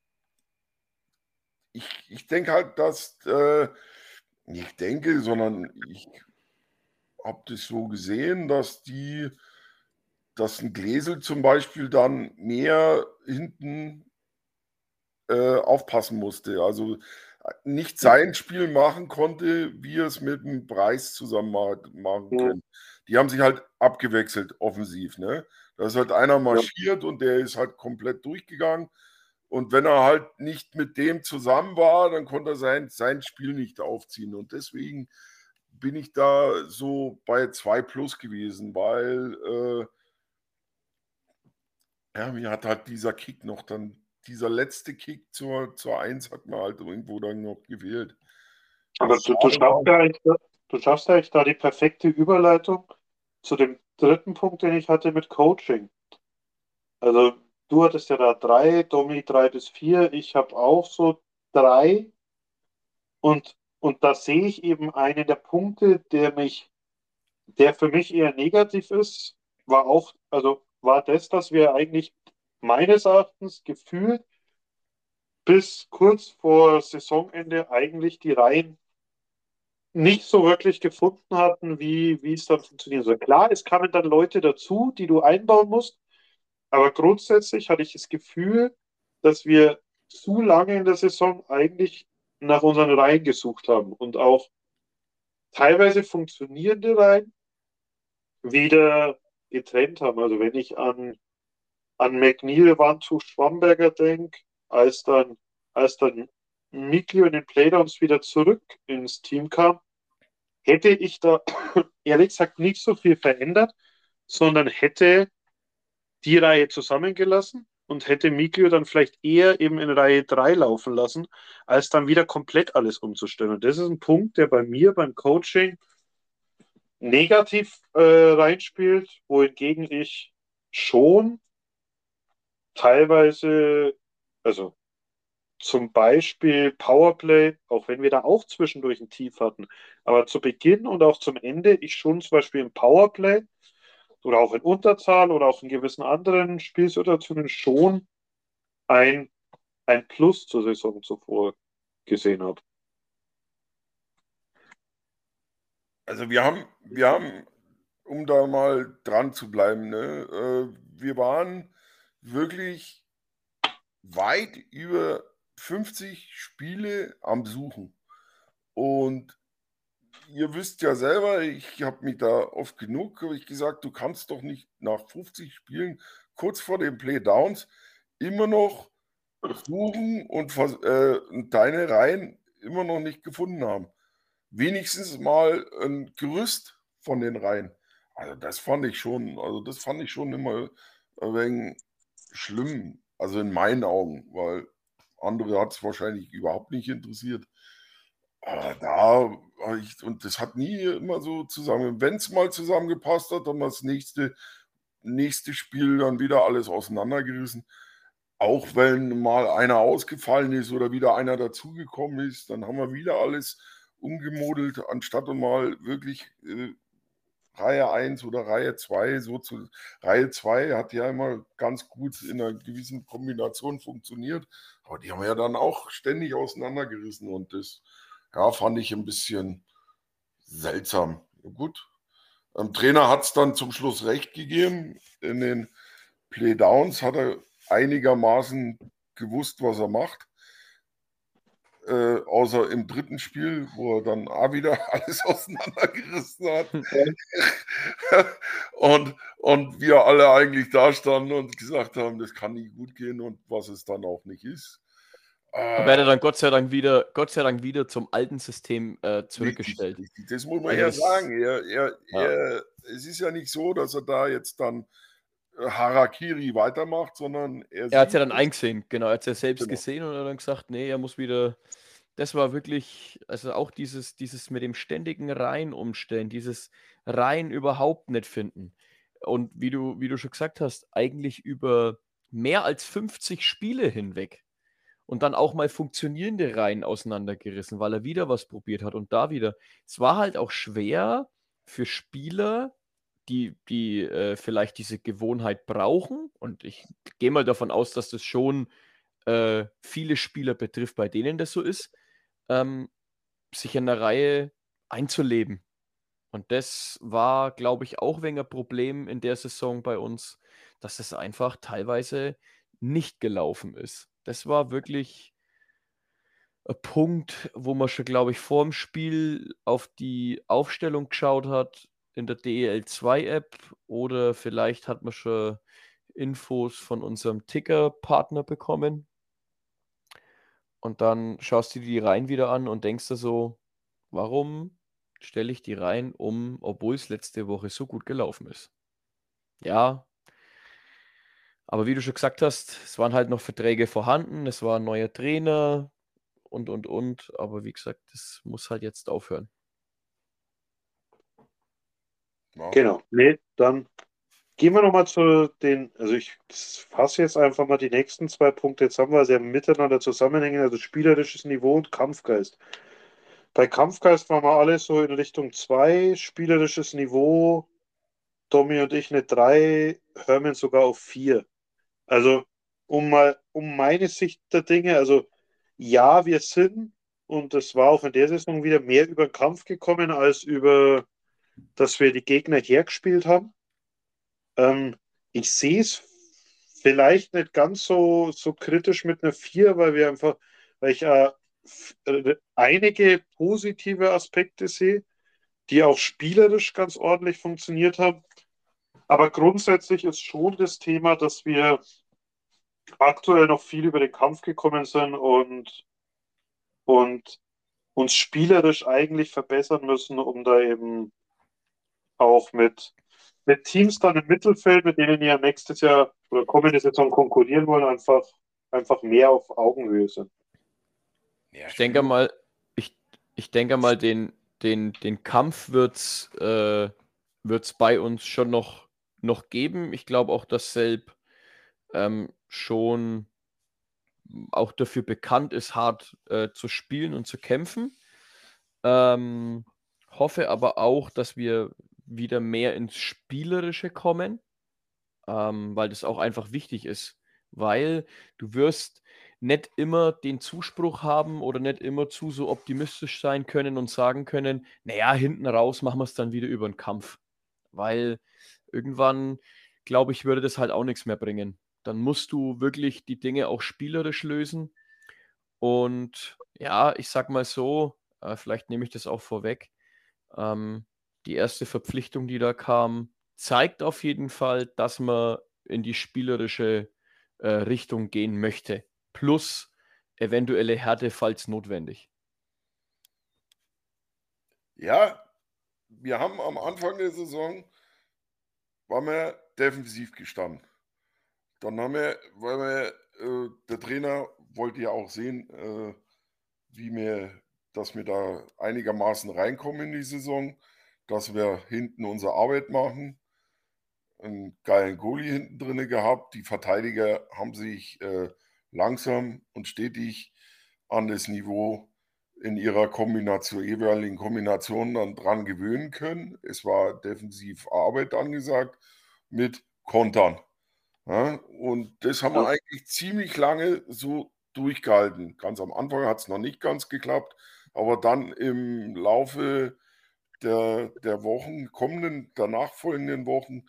ich denke halt, dass nicht denke, sondern ich habe das so gesehen, dass ein Gläsel zum Beispiel dann mehr hinten aufpassen musste. Also, nicht sein Spiel machen konnte, wie er es mit dem Preis zusammen machen Mhm. können. Die haben sich halt abgewechselt offensiv, ne? Da ist halt einer marschiert und der ist halt komplett durchgegangen. Und wenn er halt nicht mit dem zusammen war, dann konnte er sein Spiel nicht aufziehen. Und deswegen bin ich da so bei 2 plus gewesen, weil ja, mir hat halt dieser Kick noch dann dieser letzte Kick zur 1 hat mir halt irgendwo dann noch gefehlt. Aber Was du schade war. schaffst ja eigentlich, du schaffst ja eigentlich da die perfekte Überleitung zu dem dritten Punkt, den ich hatte mit Coaching. Also du hattest ja da 3, Domi 3 bis 4, ich habe auch so 3 und da sehe ich eben einen der Punkte, der für mich eher negativ ist, war das, dass wir eigentlich meines Erachtens gefühlt bis kurz vor Saisonende eigentlich die Reihen nicht so wirklich gefunden hatten, wie es dann funktionieren soll. Klar, es kamen dann Leute dazu, die du einbauen musst, aber grundsätzlich hatte ich das Gefühl, dass wir zu lange in der Saison eigentlich nach unseren Reihen gesucht haben und auch teilweise funktionierende Reihen wieder getrennt haben. Also wenn ich an McNeil, Wantu, Schwamberger denke, als dann Miklio in den Playdowns wieder zurück ins Team kam, hätte ich da ehrlich gesagt nicht so viel verändert, sondern hätte die Reihe zusammengelassen und hätte Miklio dann vielleicht eher eben in Reihe 3 laufen lassen, als dann wieder komplett alles umzustellen. Und das ist ein Punkt, der bei mir beim Coaching negativ reinspielt, wohingegen ich schon teilweise, also zum Beispiel Powerplay, auch wenn wir da auch zwischendurch ein Tief hatten, aber zu Beginn und auch zum Ende, ich schon zum Beispiel im Powerplay oder auch in Unterzahl oder auch in gewissen anderen Spielsituationen schon ein, ein Plus zur Saison zuvor gesehen habe. Also, wir haben, um da mal dran zu bleiben, ne, wir waren wirklich weit über 50 Spiele am Suchen. Und ihr wisst ja selber, ich habe mich da oft genug habe ich gesagt: „Du kannst doch nicht nach 50 Spielen kurz vor den Playdowns immer noch suchen und deine Reihen immer noch nicht gefunden haben. Wenigstens mal ein Gerüst von den Reihen.“ Das fand ich schon immer ein wenig schlimm, also in meinen Augen, weil andere hat es wahrscheinlich überhaupt nicht interessiert. Aber da war ich und das hat nie immer so zusammen wenn es mal zusammengepasst hat, dann das nächste Spiel dann wieder alles auseinandergerissen. Auch wenn mal einer ausgefallen ist oder wieder einer dazugekommen ist, dann haben wir wieder alles umgemodelt, anstatt mal wirklich Reihe 1 oder Reihe 2 so zu Reihe 2 hat ja immer ganz gut in einer gewissen Kombination funktioniert, aber die haben wir ja dann auch ständig auseinandergerissen und das, ja, fand ich ein bisschen seltsam. Gut, Trainer hat es dann zum Schluss recht gegeben. In den Playdowns hat er einigermaßen gewusst, was er macht. Außer im dritten Spiel, wo er dann auch wieder alles auseinandergerissen hat. und wir alle eigentlich da standen und gesagt haben, das kann nicht gut gehen und was es dann auch nicht ist. Aber er hat dann Gott sei Dank wieder zum alten System zurückgestellt. Richtig. Das muss man Also ja das- sagen. Es ist ja nicht so, dass er da jetzt dann Harakiri weitermacht, sondern Er hat es ja sieht dann es. eingesehen, genau. Er hat es ja selbst Genau. gesehen und hat dann gesagt, nee, er muss wieder. Das war wirklich, also auch dieses mit dem ständigen Reihen umstellen, dieses Reihen überhaupt nicht finden. Und wie du schon gesagt hast, eigentlich über mehr als 50 Spiele hinweg und dann auch mal funktionierende Reihen auseinandergerissen, weil er wieder was probiert hat und da wieder. Es war halt auch schwer für Spieler, die vielleicht diese Gewohnheit brauchen. Und ich gehe mal davon aus, dass das schon viele Spieler betrifft, bei denen das so ist, sich in der Reihe einzuleben. Und das war, glaube ich, auch wegen ein Problem in der Saison bei uns, dass es einfach teilweise nicht gelaufen ist. Das war wirklich ein Punkt, wo man schon, glaube ich, vor dem Spiel auf die Aufstellung geschaut hat in der DEL2-App oder vielleicht hat man schon Infos von unserem Ticker-Partner bekommen. Und dann schaust du dir die Reihen wieder an und denkst dir so, warum stelle ich die Reihen um, obwohl es letzte Woche so gut gelaufen ist? Ja, aber wie du schon gesagt hast, es waren halt noch Verträge vorhanden, es war ein neuer Trainer und. Aber wie gesagt, das muss halt jetzt aufhören. Ja. Genau. Nee, dann gehen wir nochmal zu den, also ich fasse jetzt einfach mal die nächsten 2 Punkte. Jetzt haben wir sehr miteinander zusammenhängen, also spielerisches Niveau und Kampfgeist. Bei Kampfgeist waren wir alle so in Richtung 2, spielerisches Niveau, Tommy und ich eine 3, Hermann sogar auf 4. Also um meine Sicht der Dinge, also ja, wir sind, und es war auch in der Saison wieder mehr über den Kampf gekommen, als über, dass wir die Gegner hergespielt haben. Ich sehe es vielleicht nicht ganz so kritisch mit einer 4, weil ich einige positive Aspekte sehe, die auch spielerisch ganz ordentlich funktioniert haben. Aber grundsätzlich ist schon das Thema, dass wir aktuell noch viel über den Kampf gekommen sind und uns spielerisch eigentlich verbessern müssen, um da eben auch mit Teams dann im Mittelfeld, mit denen wir nächstes Jahr oder kommende Saison konkurrieren wollen, einfach mehr auf Augenhöhe sind. Ja, Ich denke mal, ich denke mal, den Kampf wird's bei uns schon noch geben. Ich glaube auch, dass Selb schon auch dafür bekannt ist, hart zu spielen und zu kämpfen. Hoffe aber auch, dass wir wieder mehr ins Spielerische kommen, weil das auch einfach wichtig ist. Weil du wirst nicht immer den Zuspruch haben oder nicht immer so optimistisch sein können und sagen können, naja, hinten raus machen wir es dann wieder über den Kampf. Weil irgendwann, glaube ich, würde das halt auch nichts mehr bringen. Dann musst du wirklich die Dinge auch spielerisch lösen. Und ja, ich sag mal so, vielleicht nehme ich das auch vorweg. Ähm, Die erste Verpflichtung, die da kam, zeigt auf jeden Fall, dass man in die spielerische Richtung gehen möchte. Plus eventuelle Härte, falls notwendig. Ja, wir haben am Anfang der Saison, waren wir defensiv gestanden. Dann der Trainer wollte ja auch sehen, dass wir da einigermaßen reinkommen in die Saison, dass wir hinten unsere Arbeit machen. Einen geilen Goalie hinten drin gehabt. Die Verteidiger haben sich langsam und stetig an das Niveau in ihrer jeweiligen Kombination dann dran gewöhnen können. Es war defensiv Arbeit angesagt mit Kontern. Ja, und das haben wir Ja. eigentlich ziemlich lange so durchgehalten. Ganz am Anfang hat es noch nicht ganz geklappt, aber dann im Laufe der nachfolgenden Wochen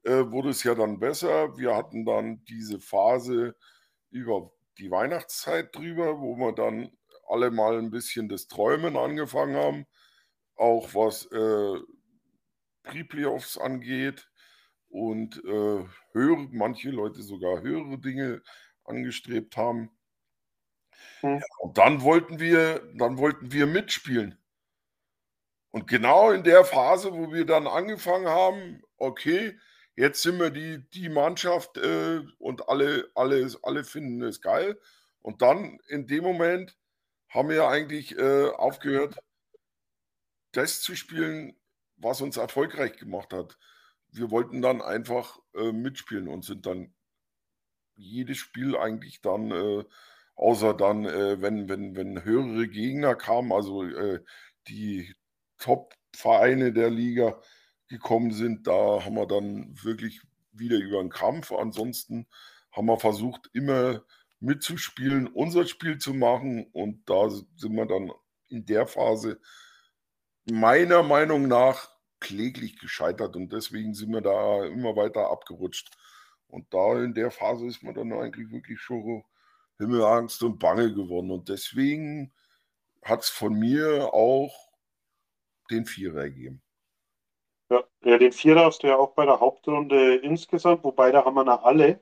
wurde es ja dann besser. Wir hatten dann diese Phase über die Weihnachtszeit drüber, wo wir dann alle mal ein bisschen das Träumen angefangen haben, auch was Pre-Playoffs angeht und manche Leute sogar höhere Dinge angestrebt haben. Hm. Und dann wollten wir mitspielen. Und genau in der Phase, wo wir dann angefangen haben, okay, jetzt sind wir die Mannschaft und alle finden es geil. Und dann in dem Moment haben wir eigentlich aufgehört, das zu spielen, was uns erfolgreich gemacht hat. Wir wollten dann einfach mitspielen und sind dann jedes Spiel eigentlich dann, außer dann, wenn höhere Gegner kamen, also die Top-Vereine der Liga gekommen sind, da haben wir dann wirklich wieder über den Kampf. Ansonsten haben wir versucht, immer mitzuspielen, unser Spiel zu machen und da sind wir dann in der Phase meiner Meinung nach kläglich gescheitert und deswegen sind wir da immer weiter abgerutscht. Und da in der Phase ist man dann eigentlich wirklich schon Himmelangst und Bange geworden. Und deswegen hat es von mir auch den Vierer gegeben. Ja, den Vierer hast du ja auch bei der Hauptrunde insgesamt, wobei da haben wir noch alle.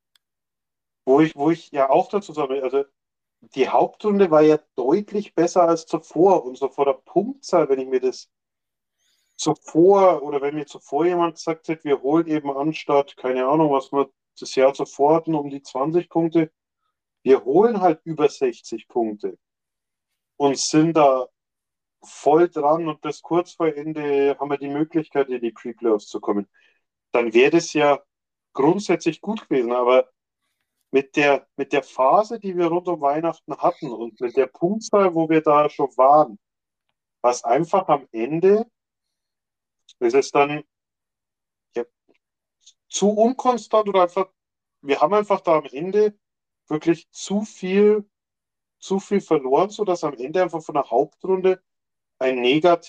Wo ich ja auch dazu sage, also die Hauptrunde war ja deutlich besser als zuvor. Und so vor der Punktzahl, wenn ich mir das zuvor oder wenn mir zuvor jemand gesagt hätte, wir holen eben anstatt, keine Ahnung, was wir das Jahr zuvor hatten, um die 20 Punkte, wir holen halt über 60 Punkte und sind da voll dran und das kurz vor Ende haben wir die Möglichkeit, in die Pre-Playoffs zu kommen. Dann wäre das ja grundsätzlich gut gewesen, aber mit der Phase, die wir rund um Weihnachten hatten und mit der Punktzahl, wo wir da schon waren, was einfach am Ende ist es dann ja, zu unkonstant oder einfach, wir haben einfach da am Ende wirklich zu viel verloren, sodass am Ende einfach von der Hauptrunde ein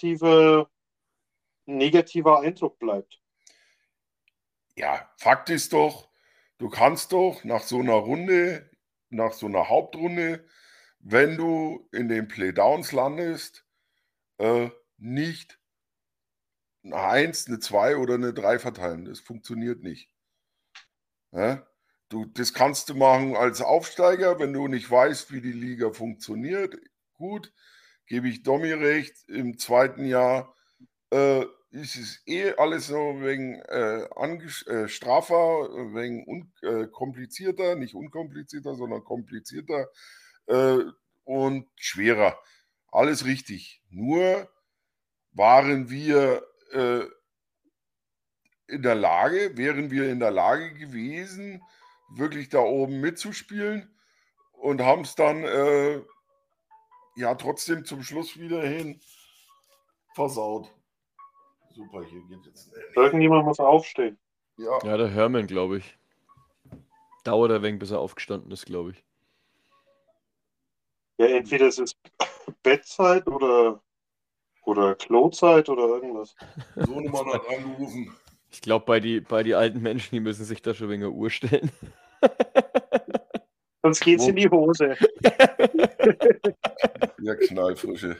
negativer Eindruck bleibt. Ja, Fakt ist doch, du kannst doch nach so einer Runde, nach so einer Hauptrunde, wenn du in den Playdowns landest, nicht eine 1, eine 2 oder eine 3 verteilen. Das funktioniert nicht. Ja? Das kannst du machen als Aufsteiger, wenn du nicht weißt, wie die Liga funktioniert. Gut, gebe ich Domi recht. Im zweiten Jahr ist es alles so wegen straffer, wegen komplizierter, nicht unkomplizierter, sondern komplizierter und schwerer. Alles richtig. Nur wären wir in der Lage gewesen, wirklich da oben mitzuspielen und haben es dann ja trotzdem zum Schluss wieder hin versaut. Super, hier geht jetzt. Irgendjemand muss aufstehen. Ja, Ja, der Hermann, glaube ich. Dauert ein wenig, bis er aufgestanden ist, glaube ich. Ja, entweder es ist Bettzeit oder Klozeit oder irgendwas. Sohnemann hat angerufen. Ich glaube, bei die alten Menschen, die müssen sich da schon wegen der Uhr stellen. Sonst geht's in die Hose. Ja, Knallfrische.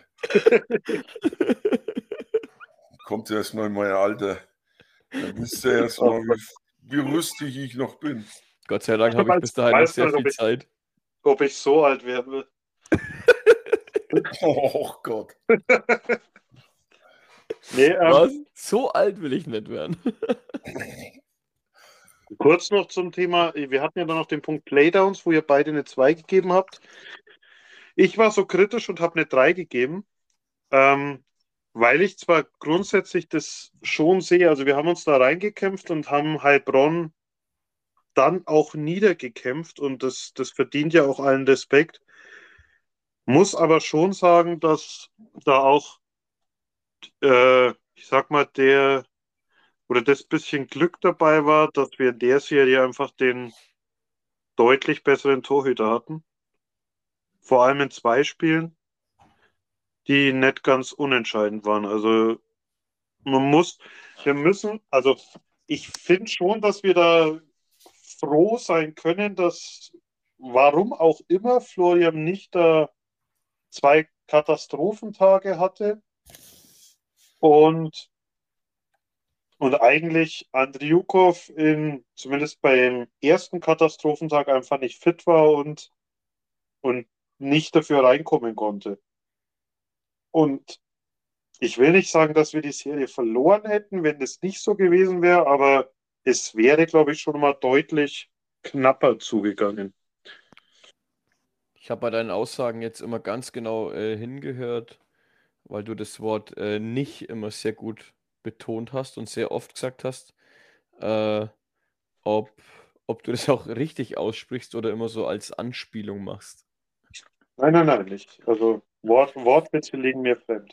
Kommt erst mal in mein Alter. Dann wisst ihr erst mal, wie rüstig ich noch bin. Gott sei Dank habe ich bis dahin noch sehr viel Zeit. Ob ich so alt werden will. Oh Gott. Nee, Was? So alt will ich nicht werden. kurz noch zum Thema, wir hatten ja dann noch den Punkt Playdowns, wo ihr beide eine 2 gegeben habt. Ich war so kritisch und habe eine 3 gegeben, weil ich zwar grundsätzlich das schon sehe, also wir haben uns da reingekämpft und haben Heilbronn dann auch niedergekämpft und das verdient ja auch allen Respekt. Muss aber schon sagen, dass da auch, ich sag mal, das bisschen Glück dabei war, dass wir in der Serie einfach den deutlich besseren Torhüter hatten. Vor allem in 2 Spielen, die nicht ganz unentscheidend waren. Also wir müssen, also ich finde schon, dass wir da froh sein können, dass warum auch immer Florian nicht da 2 Katastrophentage hatte und, und eigentlich Andriukov zumindest beim ersten Katastrophentag einfach nicht fit war und nicht dafür reinkommen konnte. Und ich will nicht sagen, dass wir die Serie verloren hätten, wenn das nicht so gewesen wäre, aber es wäre, glaube ich, schon mal deutlich knapper zugegangen. Ich habe bei deinen Aussagen jetzt immer ganz genau hingehört, weil du das Wort nicht immer sehr gut betont hast und sehr oft gesagt hast. Äh, ob, ob du das auch richtig aussprichst oder immer so als Anspielung machst. Nein, nein, nein, nicht. Also Wortwitze liegen mir fremd.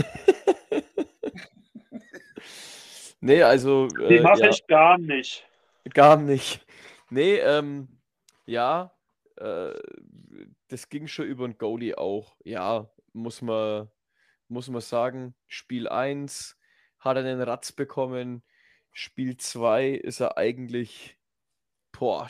Nee, also Die mache ja, ich gar nicht. gar nicht. Nee, ja, äh, das ging schon über den Goalie auch. Ja, muss man sagen. Spiel eins hat er den Ratz bekommen. Spiel 2 ist er eigentlich, boah,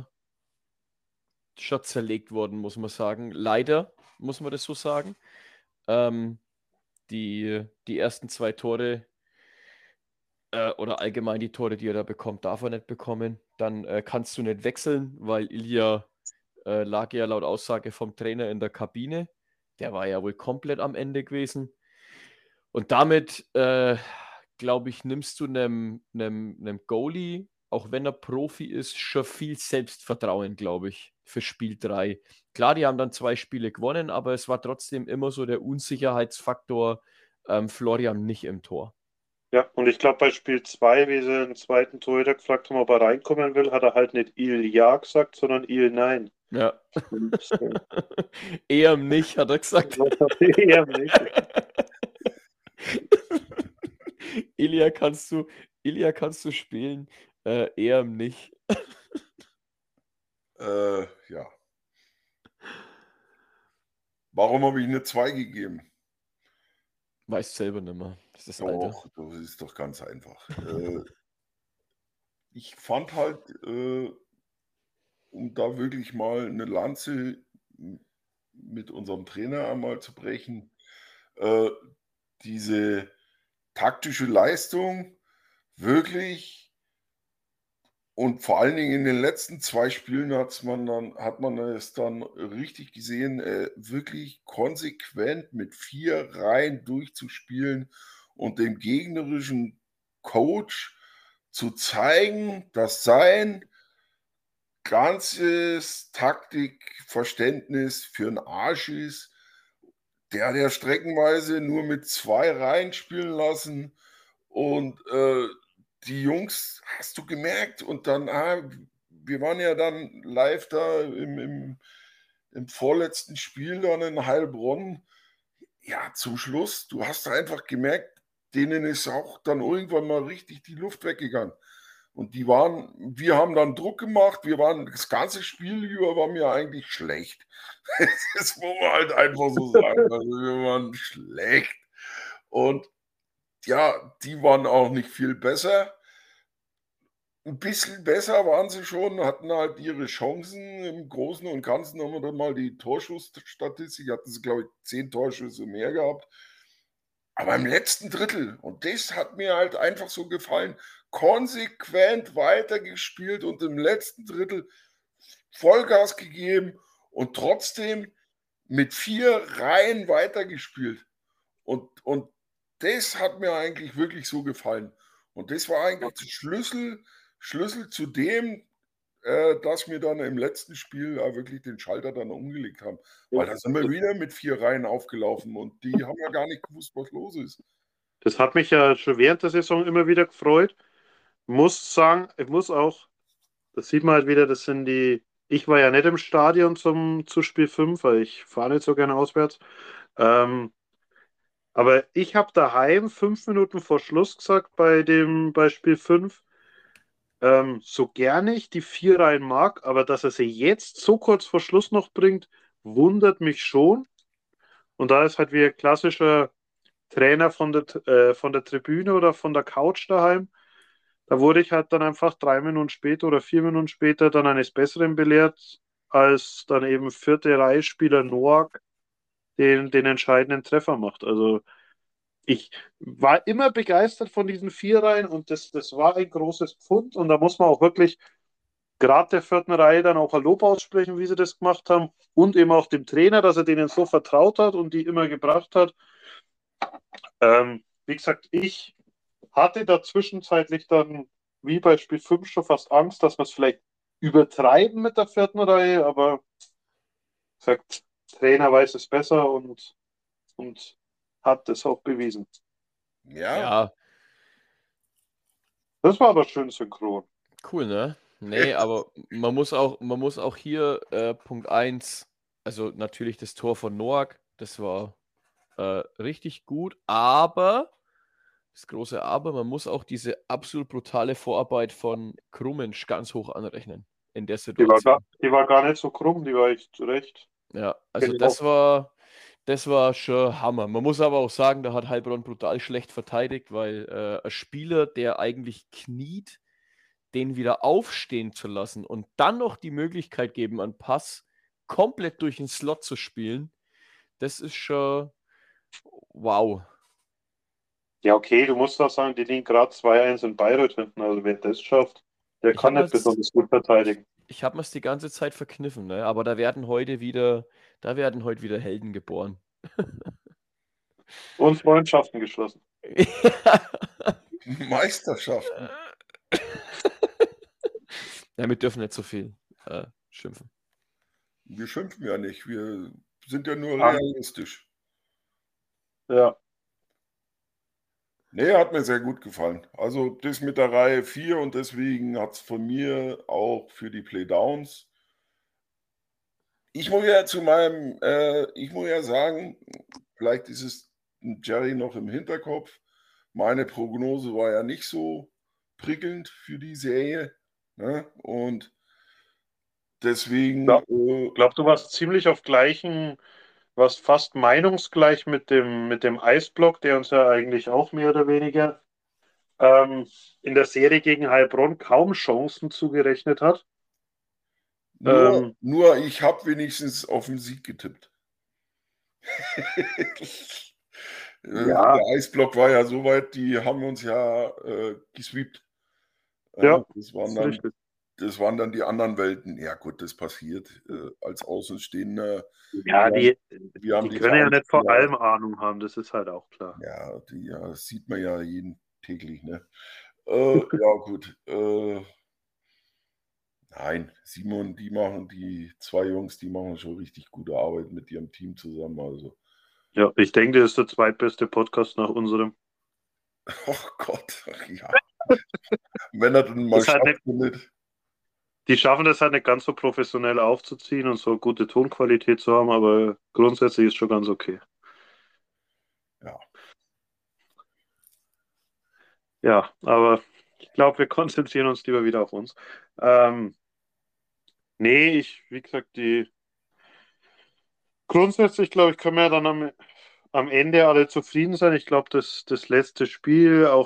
schon zerlegt worden, muss man sagen. Leider, muss man das so sagen. Ähm, die ersten 2 Tore oder allgemein die Tore, die er da bekommt, darf er nicht bekommen. Dann kannst du nicht wechseln, weil Ilya lag ja laut Aussage vom Trainer in der Kabine. Der war ja wohl komplett am Ende gewesen. Und damit, glaube ich, nimmst du einem Goalie, auch wenn er Profi ist, schon viel Selbstvertrauen, glaube ich, für Spiel 3. Klar, die haben dann 2 Spiele gewonnen, aber es war trotzdem immer so der Unsicherheitsfaktor Florian nicht im Tor. Ja, und ich glaube, bei Spiel 2, wie sie den zweiten Torhüter gefragt haben, ob er reinkommen will, hat er halt nicht Il Ja gesagt, sondern Il Nein. Ja. Und, Eher nicht, hat er gesagt. eher nicht. Ilya kannst du, Ilya kannst du spielen, eher nicht. Ja. Warum habe ich eine 2 gegeben? Weiß selber nicht mehr. Das ist das Alter. Doch, das ist doch ganz einfach. Ich fand halt, um da wirklich mal eine Lanze mit unserem Trainer einmal zu brechen, äh, diese taktische Leistung wirklich und vor allen Dingen in den letzten 2 Spielen hat man es dann richtig gesehen, wirklich konsequent mit 4 Reihen durchzuspielen und dem gegnerischen Coach zu zeigen, dass sein ganzes Taktikverständnis für 'n Arsch ist. Der hat ja streckenweise nur mit 2 Reihen spielen lassen und, die Jungs hast du gemerkt und dann, wir waren ja dann live da im vorletzten Spiel dann in Heilbronn. Ja, zum Schluss, du hast einfach gemerkt, denen ist auch dann irgendwann mal richtig die Luft weggegangen. Und wir haben dann Druck gemacht. Das ganze Spiel über waren wir eigentlich schlecht. Das muss man halt einfach so sagen. Also wir waren schlecht. Und ja, die waren auch nicht viel besser. Ein bisschen besser waren sie schon, hatten halt ihre Chancen. Im Großen und Ganzen haben wir dann mal die Torschussstatistik, hatten sie, glaube ich, 10 Torschüsse mehr gehabt. Aber im letzten Drittel, und das hat mir halt einfach so gefallen, konsequent weitergespielt und im letzten Drittel Vollgas gegeben und trotzdem mit 4 Reihen weitergespielt. Und das hat mir eigentlich wirklich so gefallen. Und das war eigentlich der Schlüssel zu dem, dass wir dann im letzten Spiel auch wirklich den Schalter dann umgelegt haben. Weil da sind wir wieder mit 4 Reihen aufgelaufen und die haben ja gar nicht gewusst, was los ist. Das hat mich ja schon während der Saison immer wieder gefreut. Muss sagen, ich muss auch, das sieht man halt wieder, das sind ich war ja nicht im Stadion zu Spiel 5, weil ich fahre nicht so gerne auswärts. Ähm, aber ich habe daheim 5 Minuten vor Schluss gesagt bei Spiel 5, so gerne ich die 4 Reihen mag, aber dass er sie jetzt so kurz vor Schluss noch bringt, wundert mich schon. Und da ist halt wie ein klassischer Trainer von der Tribüne oder von der Couch daheim. Da wurde ich halt dann einfach 3 Minuten später oder 4 Minuten später dann eines Besseren belehrt, als dann eben vierte Reihe-Spieler Noack den entscheidenden Treffer macht. Also ich war immer begeistert von diesen Vierreihen und das war ein großes Pfund und da muss man auch wirklich gerade der vierten Reihe dann auch ein Lob aussprechen, wie sie das gemacht haben und eben auch dem Trainer, dass er denen so vertraut hat und die immer gebracht hat. Wie gesagt, ich hatte da zwischenzeitlich dann, wie bei Spiel 5 schon fast Angst, dass wir es vielleicht übertreiben mit der vierten Reihe, aber sagt, Trainer weiß es besser und hat es auch bewiesen. Ja, Ja, Das war aber schön synchron. cool, ne? Nee, aber man muss auch hier Punkt 1, also natürlich das Tor von Noack, das war richtig gut, aber das große Aber, man muss auch diese absolut brutale Vorarbeit von Krummensch ganz hoch anrechnen in der Situation. Die war gar nicht so krumm, die war echt recht. Ja, also Genau. das war schon Hammer. Man muss aber auch sagen, da hat Heilbronn brutal schlecht verteidigt, weil ein Spieler, der eigentlich kniet, den wieder aufstehen zu lassen und dann noch die Möglichkeit geben, einen Pass komplett durch den Slot zu spielen, das ist schon wow. Ja, okay, du musst auch sagen, die liegen gerade 2-1 in Bayreuth hinten. Also wer das schafft, der Ich kann habe nicht mir's, besonders gut verteidigen. ich hab mir's die ganze Zeit verkniffen, ne? Aber da werden heute wieder Helden geboren. Und Freundschaften geschlossen. Meisterschaften. Ja, wir dürfen nicht so viel schimpfen. Wir schimpfen ja nicht, wir sind ja nur Ah, realistisch. ja, Nee, hat mir sehr gut gefallen. Also das mit der Reihe 4 und deswegen hat es von mir auch für die Playdowns. Ich muss ja sagen, vielleicht ist es Jerry noch im Hinterkopf. Meine Prognose war ja nicht so prickelnd für die Serie. Ne? Und deswegen, glaub, du warst ziemlich auf gleichen, warst fast meinungsgleich mit dem Eisblock, der uns ja eigentlich auch mehr oder weniger in der Serie gegen Heilbronn kaum Chancen zugerechnet hat. nur, Ähm, nur ich habe wenigstens auf den Sieg getippt. Der ja, Eisblock war ja so weit, die haben uns ja gesweept. ja, Das ist richtig. waren dann die anderen Welten. Ja gut, das passiert als Außenstehender. Ja, Wir haben, wir haben die die können ja nicht vor Vereinsspieler, allem Ahnung haben, das ist halt auch klar. ja, das sieht man ja jeden täglich, ne? Ja gut, nein, Simon, die 2 Jungs, die machen schon richtig gute Arbeit mit ihrem Team zusammen, also. Ja, ich denke, das ist der zweitbeste Podcast nach unserem. Oh Gott, ja. Wenn er dann mal Ist halt nicht, stattfindet. die schaffen das halt nicht ganz so professionell aufzuziehen und so gute Tonqualität zu haben, aber grundsätzlich ist schon ganz okay. Ja. Ja, aber ich glaube, wir konzentrieren uns lieber wieder auf uns. Ähm, nee, wie gesagt, grundsätzlich, glaube ich, können wir ja dann am Ende alle zufrieden sein. Ich glaube, das letzte Spiel, auch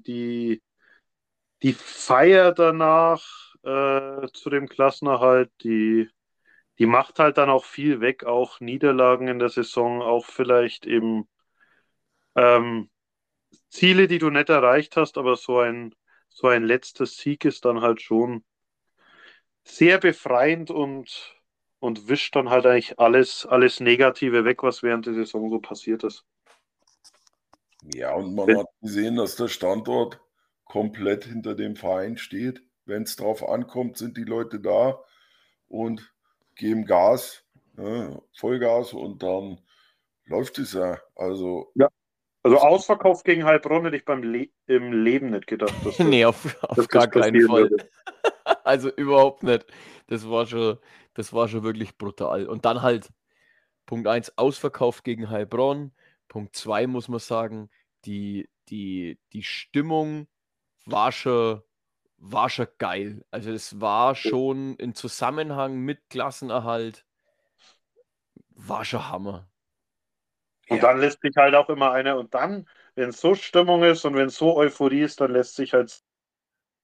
die Feier danach zu dem Klassenerhalt, die macht halt dann auch viel weg, auch Niederlagen in der Saison, auch vielleicht eben ähm, Ziele, die du nicht erreicht hast, aber so ein letzter Sieg ist dann halt schon sehr befreiend und wischt dann halt eigentlich alles Negative weg, was während der Saison so passiert ist. Ja, und man Wenn, hat gesehen, dass der Standort komplett hinter dem Verein steht. Wenn es drauf ankommt, sind die Leute da und geben Gas, ne, Vollgas und dann läuft es ja. Also, ja. Also Ausverkauf gegen Heilbronn hätte ich im Leben nicht gedacht, Nee, auf dass das gar keinen passieren Fall. würde. Also überhaupt nicht. Das war schon wirklich brutal. Und dann halt Punkt 1 ausverkauft gegen Heilbronn. Punkt 2 muss man sagen, die Stimmung war schon, war schon geil. Also es war schon in Zusammenhang mit Klassenerhalt, war schon Hammer. Und ja, dann lässt sich halt auch immer einer, und dann, wenn so Stimmung ist und wenn so Euphorie ist, dann lässt sich halt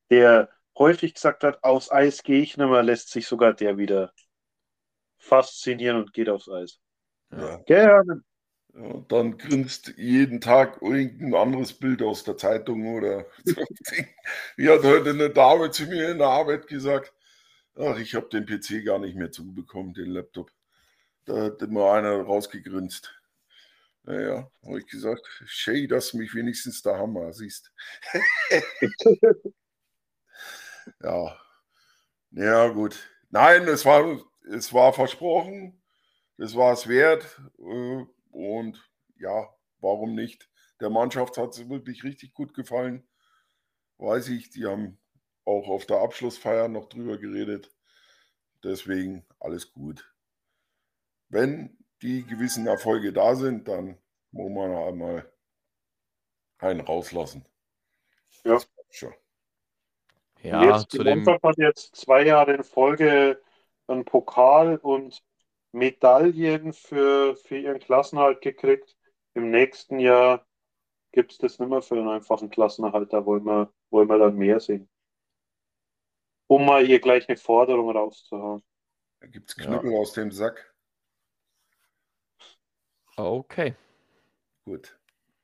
der häufig gesagt hat, aufs Eis gehe ich nicht mehr, lässt sich sogar der wieder faszinieren und geht aufs Eis. Ja. Gerne. Ja, dann grinst jeden Tag irgendein anderes Bild aus der Zeitung oder so. Wie hat heute eine Dame zu mir in der Arbeit gesagt, ach, ich habe den PC gar nicht mehr zubekommen, den Laptop. Da hat immer einer rausgegrinst. Naja, habe ich gesagt, schön, dass du mich wenigstens da Hammer siehst. Ja, ja gut. Nein, es war versprochen, das war es wert. Und ja, warum nicht? Der Mannschaft hat es wirklich richtig gut gefallen. Weiß ich, die haben auch auf der Abschlussfeier noch drüber geredet. Deswegen alles gut. Wenn die gewissen Erfolge da sind, dann muss man einmal einen rauslassen. Ja. Das passt schon. Und Ja, jetzt, die zu dem, Mannschaft hat jetzt 2 Jahre in Folge einen Pokal und Medaillen für ihren Klassenerhalt gekriegt. Im nächsten Jahr gibt es das nicht mehr für einen einfachen Klassenerhalt. Da wollen wir dann mehr sehen. Um mal hier gleich eine Forderung rauszuhauen. Da gibt es ja, Knüppel aus dem Sack. okay. Gut.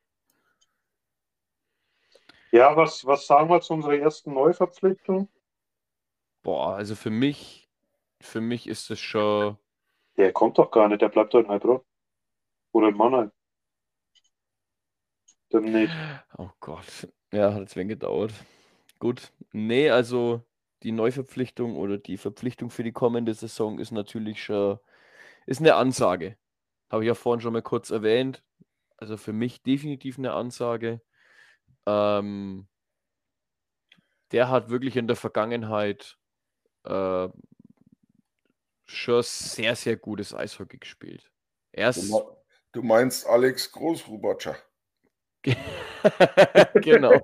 Ja, was sagen wir zu unserer ersten Neuverpflichtung? Boah, also für mich ist es schon, Der kommt doch gar nicht, der bleibt doch in Heilbronn. Oder in Mannheim. Dann nicht. oh Gott, ja, hat jetzt wenig gedauert. Gut, nee, also die Neuverpflichtung oder die Verpflichtung für die kommende Saison ist natürlich schon, ist eine Ansage. Habe ich ja vorhin schon mal kurz erwähnt. Also für mich definitiv eine Ansage. Ähm, Der hat wirklich in der Vergangenheit äh, schon sehr, sehr gutes Eishockey gespielt. Er Du, ist du meinst Alex Großrubatscher. genau.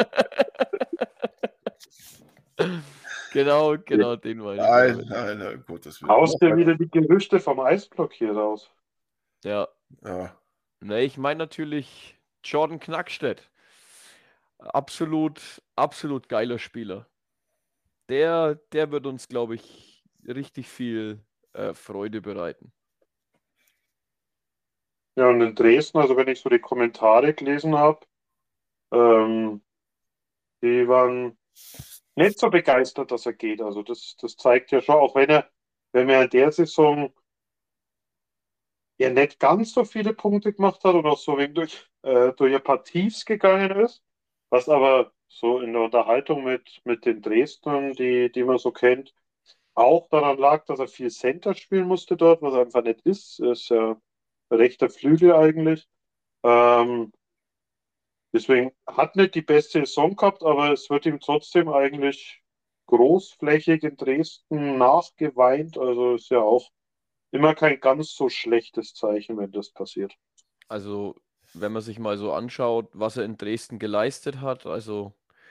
Genau, den meine ich Nein, damit. nein, nein, um Gottes Willen. Haust dir wieder die Gerüchte vom Eisblock hier raus. Ja, Ja, ne, ich meine natürlich Jordan Knackstedt. Absolut geiler Spieler. Der wird uns, glaube ich, richtig viel Freude bereiten. Ja, und in Dresden, also wenn ich so die Kommentare gelesen habe, ähm, die waren nicht so begeistert, dass er geht. Also das zeigt ja schon, auch wenn er in der Saison ja nicht ganz so viele Punkte gemacht hat und auch so wegen durch ein paar Tiefs gegangen ist, was aber so in der Unterhaltung mit den Dresdnern, die man so kennt, auch daran lag, dass er viel Center spielen musste dort, was er einfach nicht ist. Er ist ja rechter Flügel eigentlich. Ähm, Deswegen hat nicht die beste Saison gehabt, aber es wird ihm trotzdem eigentlich großflächig in Dresden nachgeweint. Also ist ja auch immer kein ganz so schlechtes Zeichen, wenn das passiert. Also, wenn man sich mal so anschaut, was er in Dresden geleistet hat, also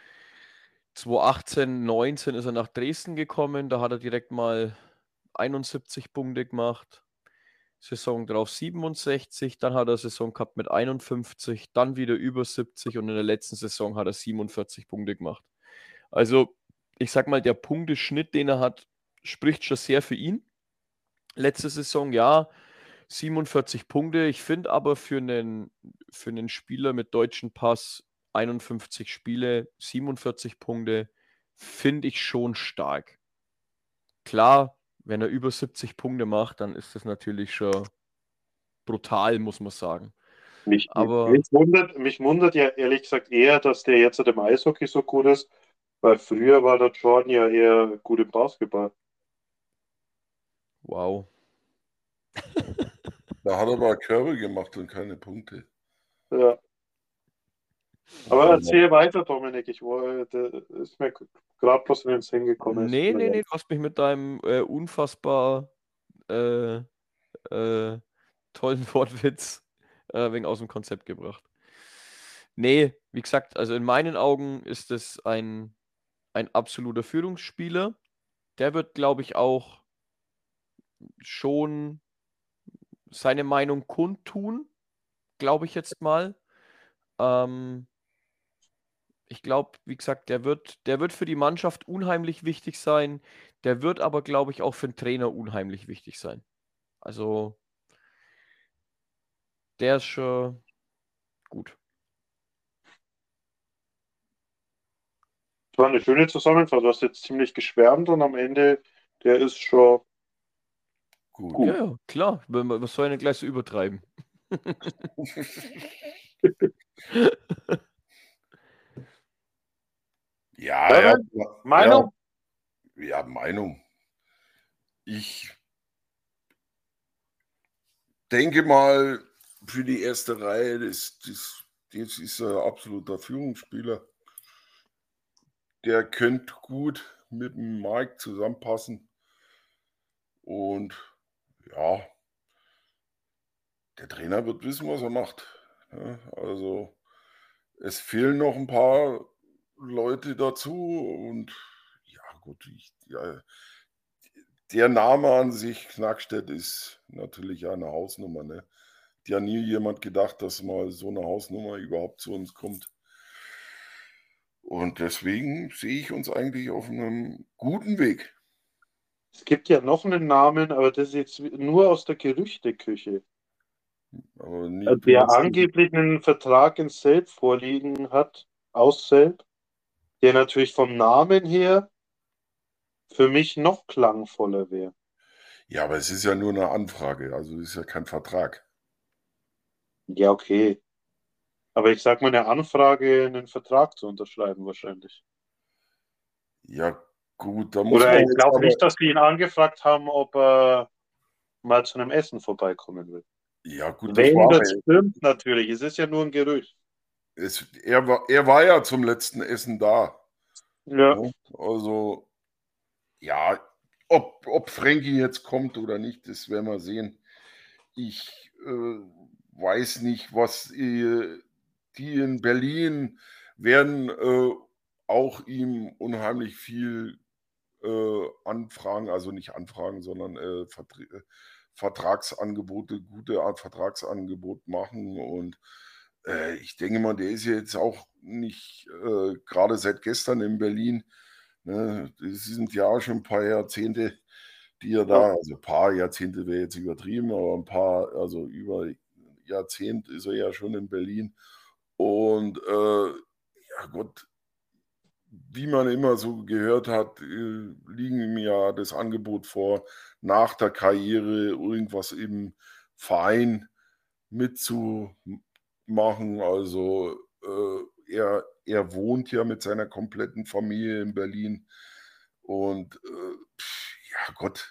2018, 19 ist er nach Dresden gekommen, da hat er direkt mal 71 Punkte gemacht. Saison drauf 67, dann hat er Saison gehabt mit 51, dann wieder über 70 und in der letzten Saison hat er 47 Punkte gemacht. Also, ich sag mal, der Punkteschnitt, den er hat, spricht schon sehr für ihn. Letzte Saison, ja, 47 Punkte. Ich finde aber für einen Spieler mit deutschen Pass 51 Spiele, 47 Punkte, finde ich schon stark. Klar, wenn er über 70 Punkte macht, dann ist das natürlich schon brutal, muss man sagen. Mich, Aber mich wundert ja ehrlich gesagt eher, dass der jetzt im Eishockey so gut ist, weil früher war der Jordan ja eher gut im Basketball. wow. da hat er aber Körbe gemacht und keine Punkte. Ja. Aber Also, erzähl weiter, Dominik. Ist mir gerade bloß in den Sinn gekommen. Es tut Nee, mir nee, leid. nee, du hast mich mit deinem unfassbar äh, äh, tollen Wortwitz wegen aus dem Konzept gebracht. Nee, wie gesagt, also in meinen Augen ist es ein absoluter Führungsspieler. Der wird, glaube ich, auch schon seine Meinung kundtun, glaube ich jetzt mal. Ähm, Ich glaube, wie gesagt, der wird für die Mannschaft unheimlich wichtig sein. Der wird aber, glaube ich, auch für den Trainer unheimlich wichtig sein. Also, der ist schon gut. Das war eine schöne Zusammenfassung. Du hast jetzt ziemlich geschwärmt und am Ende, der ist schon Gut. Ja, gut. ja, klar. Was soll ich denn gleich so übertreiben? Ja, Kevin, Meinung? ja, Meinung. Ich denke mal, für die erste Reihe, das ist ein absoluter Führungsspieler. Der könnte gut mit dem Mike zusammenpassen. Und ja, der Trainer wird wissen, was er macht. Ja, also es fehlen noch ein paar Leute dazu und ja gut, der Name an sich, Knackstedt, ist natürlich eine Hausnummer, ne? Die hat nie jemand gedacht, dass mal so eine Hausnummer überhaupt zu uns kommt. Und deswegen sehe ich uns eigentlich auf einem guten Weg. Es gibt ja noch einen Namen, aber das ist jetzt nur aus der Gerüchteküche. Aber nie, du Der meinst, angeblich einen Vertrag in Selb vorliegen hat, aus Selb, der natürlich vom Namen her für mich noch klangvoller wäre. ja, aber es ist ja nur eine Anfrage, also es ist ja kein Vertrag. Ja, okay. Aber ich sag mal, eine Anfrage, einen Vertrag zu unterschreiben wahrscheinlich. Ja, gut, da muss Oder man ich jetzt glaube aber, nicht, dass die ihn angefragt haben, ob er mal zu einem Essen vorbeikommen will. ja gut, das Wenn war das er. stimmt, natürlich. Es ist ja nur ein Gerücht. Er war ja zum letzten Essen da. Ja. Ne? Also, ja, ob Frankie jetzt kommt oder nicht, das werden wir sehen. Ich weiß nicht, was die in Berlin werden auch ihm unheimlich viel Anfragen, also nicht Anfragen, sondern Vertragsangebote, gute Art Vertragsangebot machen. Und ich denke mal, der ist ja jetzt auch nicht gerade seit gestern in Berlin. Ne? Das sind ja auch schon ein paar Jahrzehnte, die er Ja. da, also ein paar Jahrzehnte wäre jetzt übertrieben, aber ein paar, also über Jahrzehnt ist er ja schon in Berlin. Und ja Gott, wie man immer so gehört hat, liegen ihm ja das Angebot vor, nach der Karriere irgendwas im Verein mitzumachen. Also er wohnt ja mit seiner kompletten Familie in Berlin und ja Gott.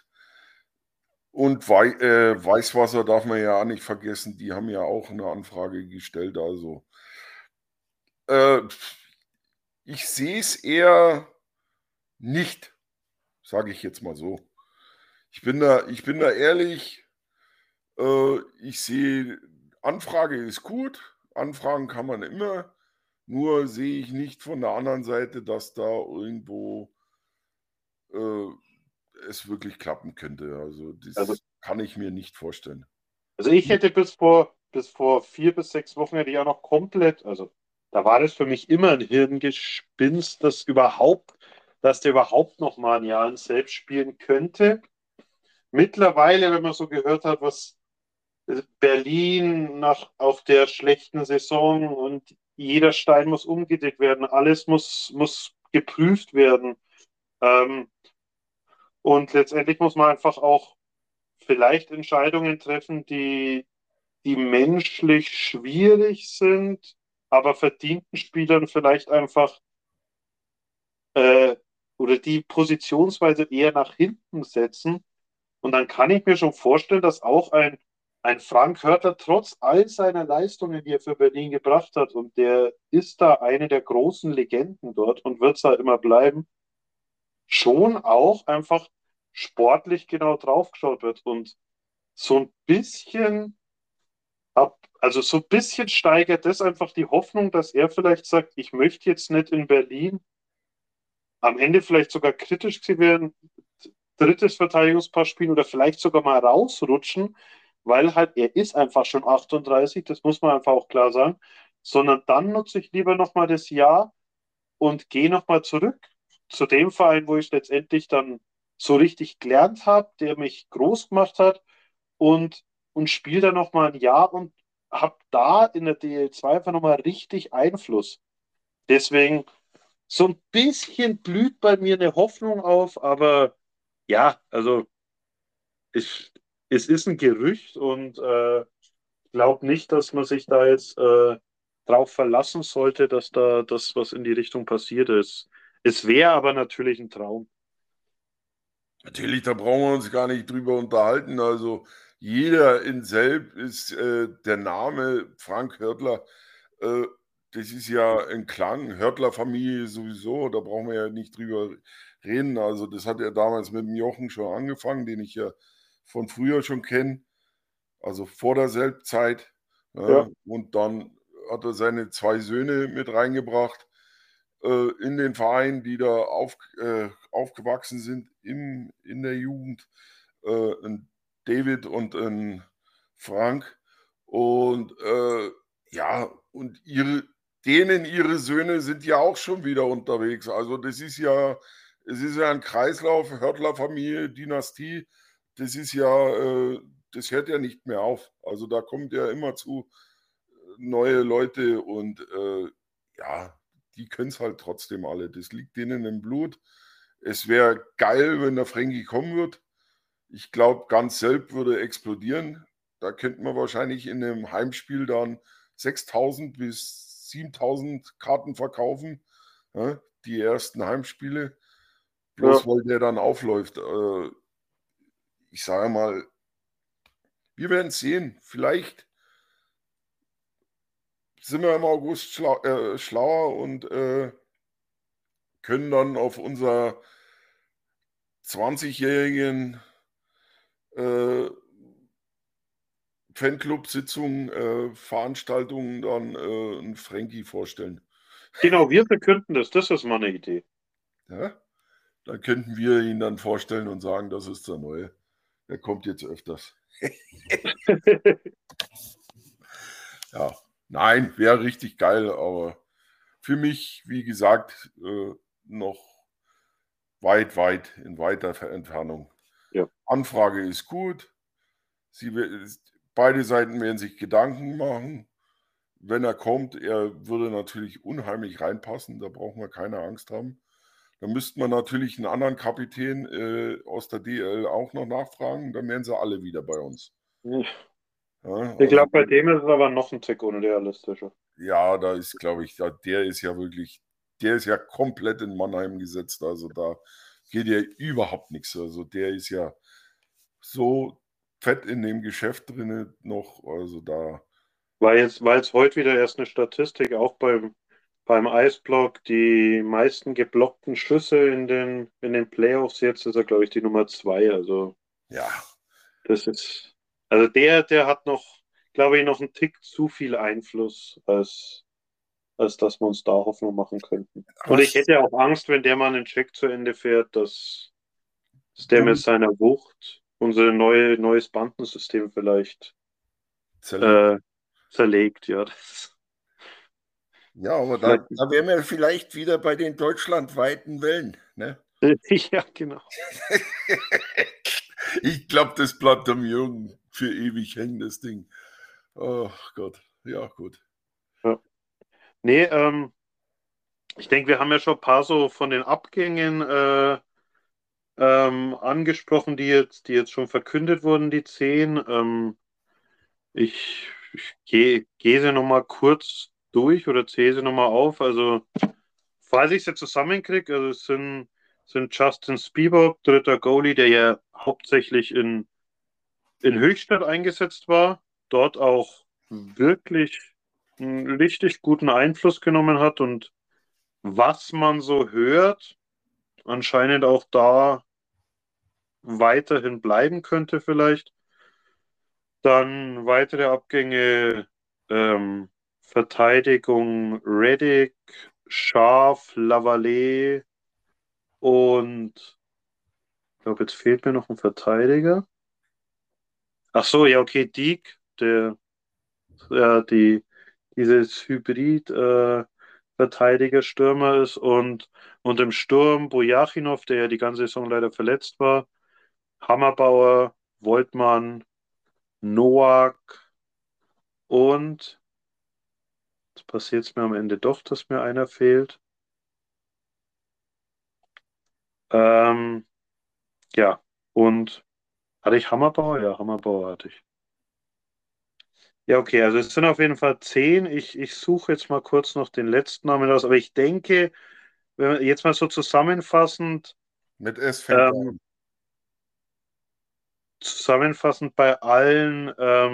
Und Weißwasser darf man ja auch nicht vergessen, die haben ja auch eine Anfrage gestellt. Also äh, ich sehe es eher nicht, sage ich jetzt mal so. Ich bin da ehrlich. Ich sehe, Anfrage ist gut. Anfragen kann man immer. Nur sehe ich nicht von der anderen Seite, dass da irgendwo äh, es wirklich klappen könnte. Also Also, das kann ich mir nicht vorstellen. also ich hätte bis vor 4 bis 6 Wochen hätte ich auch noch komplett, also da war das für mich immer ein Hirngespinst, dass der überhaupt noch mal ein Jahr in Selbst spielen könnte. Mittlerweile, wenn man so gehört hat, was Berlin nach auf der schlechten Saison und jeder Stein muss umgedeckt werden, alles muss geprüft werden. Ähm, und letztendlich muss man einfach auch vielleicht Entscheidungen treffen, die menschlich schwierig sind, aber verdienten Spielern vielleicht einfach äh, oder die positionsweise eher nach hinten setzen. Und dann kann ich mir schon vorstellen, dass auch ein Frank Hörtler trotz all seiner Leistungen, die er für Berlin gebracht hat, und der ist da eine der großen Legenden dort und wird es da immer bleiben, schon auch einfach sportlich genau draufgeschaut wird. Und so ein bisschen also so ein bisschen steigert das einfach die Hoffnung, dass er vielleicht sagt, ich möchte jetzt nicht in Berlin am Ende vielleicht sogar kritisch gewesen werden, drittes Verteidigungspaar spielen oder vielleicht sogar mal rausrutschen, weil halt er ist einfach schon 38, das muss man einfach auch klar sagen, sondern dann nutze ich lieber nochmal das Jahr, und gehe nochmal zurück zu dem Verein, wo ich letztendlich dann so richtig gelernt habe, der mich groß gemacht hat und, und spiele dann nochmal ein Jahr und habe da in der DL2 einfach nochmal richtig Einfluss. Deswegen so ein bisschen blüht bei mir eine Hoffnung auf, aber ja, also ich, es ist ein Gerücht und glaube nicht, dass man sich da jetzt drauf verlassen sollte, dass da das, was in die Richtung passiert ist. Es wäre aber natürlich ein Traum. Natürlich, da brauchen wir uns gar nicht drüber unterhalten. Also jeder in Selb ist der Name Frank Hörtler. Äh, Das ist ja ein Klang. Hörtler-Familie sowieso, da brauchen wir ja nicht drüber reden. Also das hat ja damals mit dem Jochen schon angefangen, den ich ja von früher schon kenne, also vor der Selbstzeit. Ja, Ne? Und dann hat er seine zwei Söhne mit reingebracht in den Verein, die da aufgewachsen sind in der Jugend. Ein David und ein Frank. Und ja, und ihre Söhne sind ja auch schon wieder unterwegs. Also es ist ja ein Kreislauf, Hörtler-Familie, Dynastie. Das ist ja, das hört ja nicht mehr auf. Also da kommt ja immer zu neue Leute und ja, die können es halt trotzdem alle. Das liegt denen im Blut. Es wäre geil, wenn der Frankie kommen wird. Ich glaube, ganz Selb würde explodieren. Da könnte man wahrscheinlich in einem Heimspiel dann 6.000 bis 7.000 Karten verkaufen. Ja, die ersten Heimspiele. ja. Bloß weil der dann aufläuft. Ich sage mal, wir werden es sehen. Vielleicht sind wir im August schlauer und können dann auf unserer 20-jährigen äh, Fanclub-Sitzung, Veranstaltungen dann einen Frankie vorstellen. Genau, wir verkünden das. Das ist mal eine Idee. Ja? Dann könnten wir ihn dann vorstellen und sagen, das ist der Neue. Der kommt jetzt öfters. Ja, nein, wäre richtig geil, aber für mich, wie gesagt, noch weit in weiter Entfernung. Ja. Anfrage ist gut. Beide Seiten werden sich Gedanken machen. Wenn er kommt, er würde natürlich unheimlich reinpassen, da brauchen wir keine Angst haben. Da müsste man natürlich einen anderen Kapitän aus der DL auch noch nachfragen, dann wären sie alle wieder bei uns. Ja, Ich also glaube, bei dem ist es aber noch ein Tick unrealistischer. ja, da ist, glaube ich, der ist ja wirklich, der ist ja komplett in Mannheim gesetzt. Also da geht ja überhaupt nichts. Also der ist ja so fett in dem Geschäft drin noch. Also da, War jetzt heute wieder erst eine Statistik, auch beim Eisblock, die meisten geblockten Schüsse in den Playoffs jetzt ist er, glaube ich, die Nummer 2. Also ja, das ist, also der hat noch, glaube ich, noch einen Tick zu viel Einfluss, als dass wir uns da Hoffnung machen könnten. Und ich was hätte ja auch Angst, wenn der mal einen Check zu Ende fährt, dass der mit du seiner Wucht unser neues Bandensystem vielleicht zerlegt. äh, zerlegt. Ja, das Ja, aber vielleicht. da wären wir vielleicht wieder bei den deutschlandweiten Wellen. Ne? Ja, genau. Ich glaube, das bleibt am Jürgen für ewig hängen, das Ding. Oh Gott, ja gut. Ja. Nee, ich denke, wir haben ja schon ein paar so von den Abgängen angesprochen, die jetzt schon verkündet wurden, die 10. Ich gehe sie nochmal kurz durch oder zähle sie nochmal auf. Also, falls ich sie zusammenkriege, also sind Justin Spivak, dritter Goalie, der ja hauptsächlich in Höchstadt eingesetzt war, dort auch wirklich einen richtig guten Einfluss genommen hat und was man so hört, anscheinend auch da weiterhin bleiben könnte vielleicht. Dann weitere Abgänge, Verteidigung Reddick, Scharf, Lavallee und ich glaube, jetzt fehlt mir noch ein Verteidiger. Ach so, ja, okay, Dieck, der, ja, dieses Hybrid, Verteidiger, Stürmer ist und im Sturm Bojachinov, der ja die ganze Saison leider verletzt war, Hammerbauer, Woltmann, Noack und jetzt passiert es mir am Ende doch, dass mir einer fehlt. Ähm, ja, und hatte ich Hammerbauer? Ja, Hammerbauer hatte ich. Ja, okay, also es sind auf jeden Fall 10. Ich suche jetzt mal kurz noch den letzten Namen aus, aber ich denke, wenn wir jetzt mal so zusammenfassend, Mit S fängt er ähm, an. zusammenfassend bei allen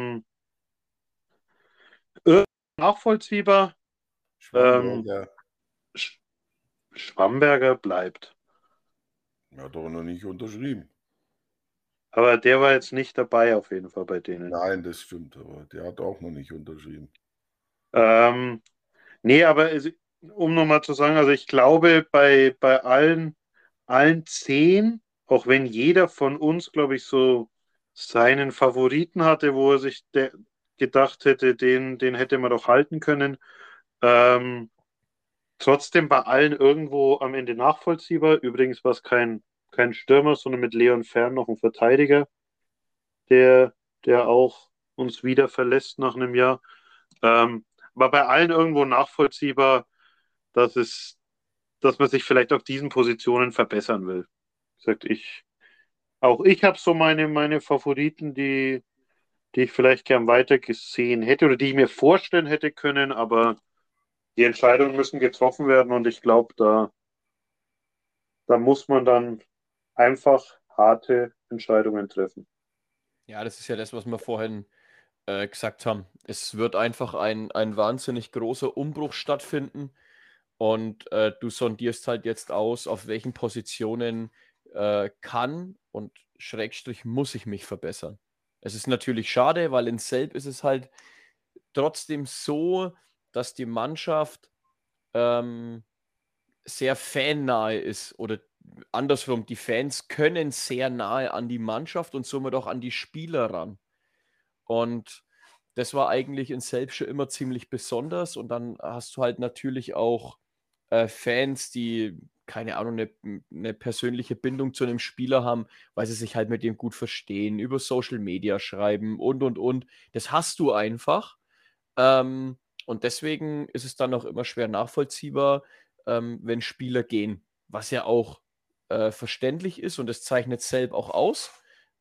nachvollziehbar, ähm, Schwamberger. Sch Schwamberger bleibt. Er hat doch noch nicht unterschrieben. Aber der war jetzt nicht dabei auf jeden Fall bei denen. Nein, das stimmt, aber der hat auch noch nicht unterschrieben. Ähm, Nee, aber um nochmal zu sagen, also ich glaube, bei allen 10, auch wenn jeder von uns, glaube ich, so seinen Favoriten hatte, wo er sich gedacht hätte, den hätte man doch halten können, ähm, trotzdem bei allen irgendwo am Ende nachvollziehbar. Übrigens war es kein Stürmer, sondern mit Leon Fern noch ein Verteidiger, der, der auch uns wieder verlässt nach einem Jahr. Aber bei allen irgendwo nachvollziehbar, dass dass man sich vielleicht auf diesen Positionen verbessern will. Sagt auch ich habe so meine Favoriten, die ich vielleicht gern weiter gesehen hätte oder die ich mir vorstellen hätte können, aber die Entscheidungen müssen getroffen werden und ich glaube, da muss man dann einfach harte Entscheidungen treffen. Ja, das ist ja das, was wir vorhin gesagt haben. Es wird einfach ein wahnsinnig großer Umbruch stattfinden und du sondierst halt jetzt aus, auf welchen Positionen kann und Schrägstrich muss ich mich verbessern. Es ist natürlich schade, weil in Selb ist es halt trotzdem so, dass die Mannschaft ähm, sehr fannahe ist oder andersrum, die Fans können sehr nahe an die Mannschaft und somit auch an die Spieler ran. Und das war eigentlich in Selb schon immer ziemlich besonders. Und dann hast du halt natürlich auch Fans, die, keine Ahnung, eine persönliche Bindung zu einem Spieler haben, weil sie sich halt mit dem gut verstehen, über Social Media schreiben und. Das hast du einfach. Und deswegen ist es dann auch immer schwer nachvollziehbar, wenn Spieler gehen, was ja auch verständlich ist und das zeichnet Selb auch aus,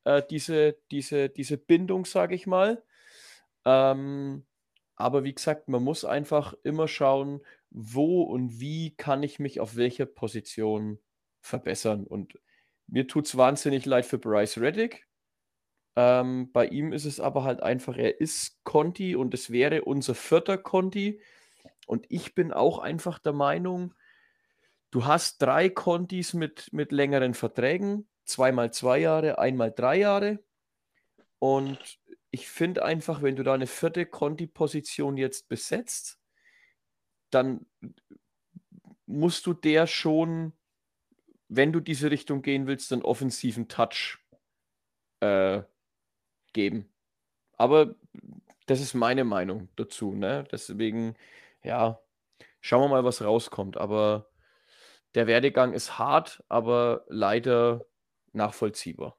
diese Bindung, sage ich mal. Ähm, aber wie gesagt, man muss einfach immer schauen, wo und wie kann ich mich auf welcher Position verbessern. Und mir tut es wahnsinnig leid für Bryce Reddick. Bei ihm ist es aber halt einfach, er ist Conti und es wäre unser vierter Conti. Und ich bin auch einfach der Meinung, du hast drei Contis mit längeren Verträgen, zweimal 2 Jahre, einmal 3 Jahre. Und ich finde einfach, wenn du da eine vierte Conti-Position jetzt besetzt, dann musst du der schon, wenn du diese Richtung gehen willst, einen offensiven Touch äh, geben. Aber das ist meine Meinung dazu, ne? Deswegen, ja, schauen wir mal, was rauskommt. Aber der Werdegang ist hart, aber leider nachvollziehbar.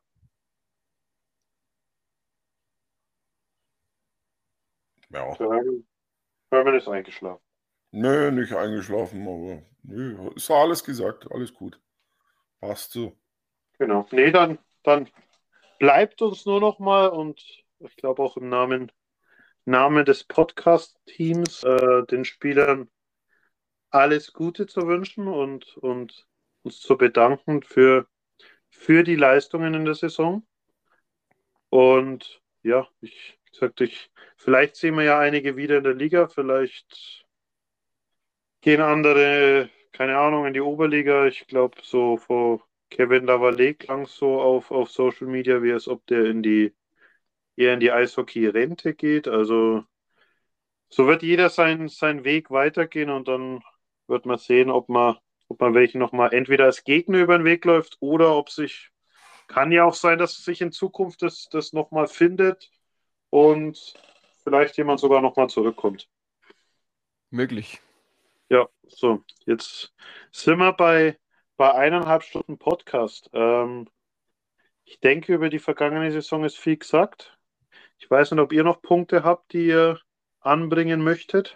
Ja. Hermann ist eingeschlafen. Nö, nicht eingeschlafen, aber nö, ist ja alles gesagt, alles gut. Passt so. Genau. Nee, dann bleibt uns nur noch mal und ich glaube auch im Namen des Podcast-Teams den Spielern alles Gute zu wünschen und uns zu bedanken für die Leistungen in der Saison. Und ja, wie gesagt, vielleicht sehen wir ja einige wieder in der Liga, vielleicht gehen andere, keine Ahnung, in die Oberliga. Ich glaube, so vor Kevin Lavallee klang es so auf Social Media, wie als ob der eher in die Eishockey-Rente geht. Also so wird jeder seinen Weg weitergehen und dann wird man sehen, ob man welchen nochmal entweder als Gegner über den Weg läuft oder ob sich, kann ja auch sein, dass sich in Zukunft das nochmal findet und vielleicht jemand sogar nochmal zurückkommt. Möglich. Ja, so, jetzt sind wir bei 1,5 Stunden Podcast. Ich denke, über die vergangene Saison ist viel gesagt. Ich weiß nicht, ob ihr noch Punkte habt, die ihr anbringen möchtet.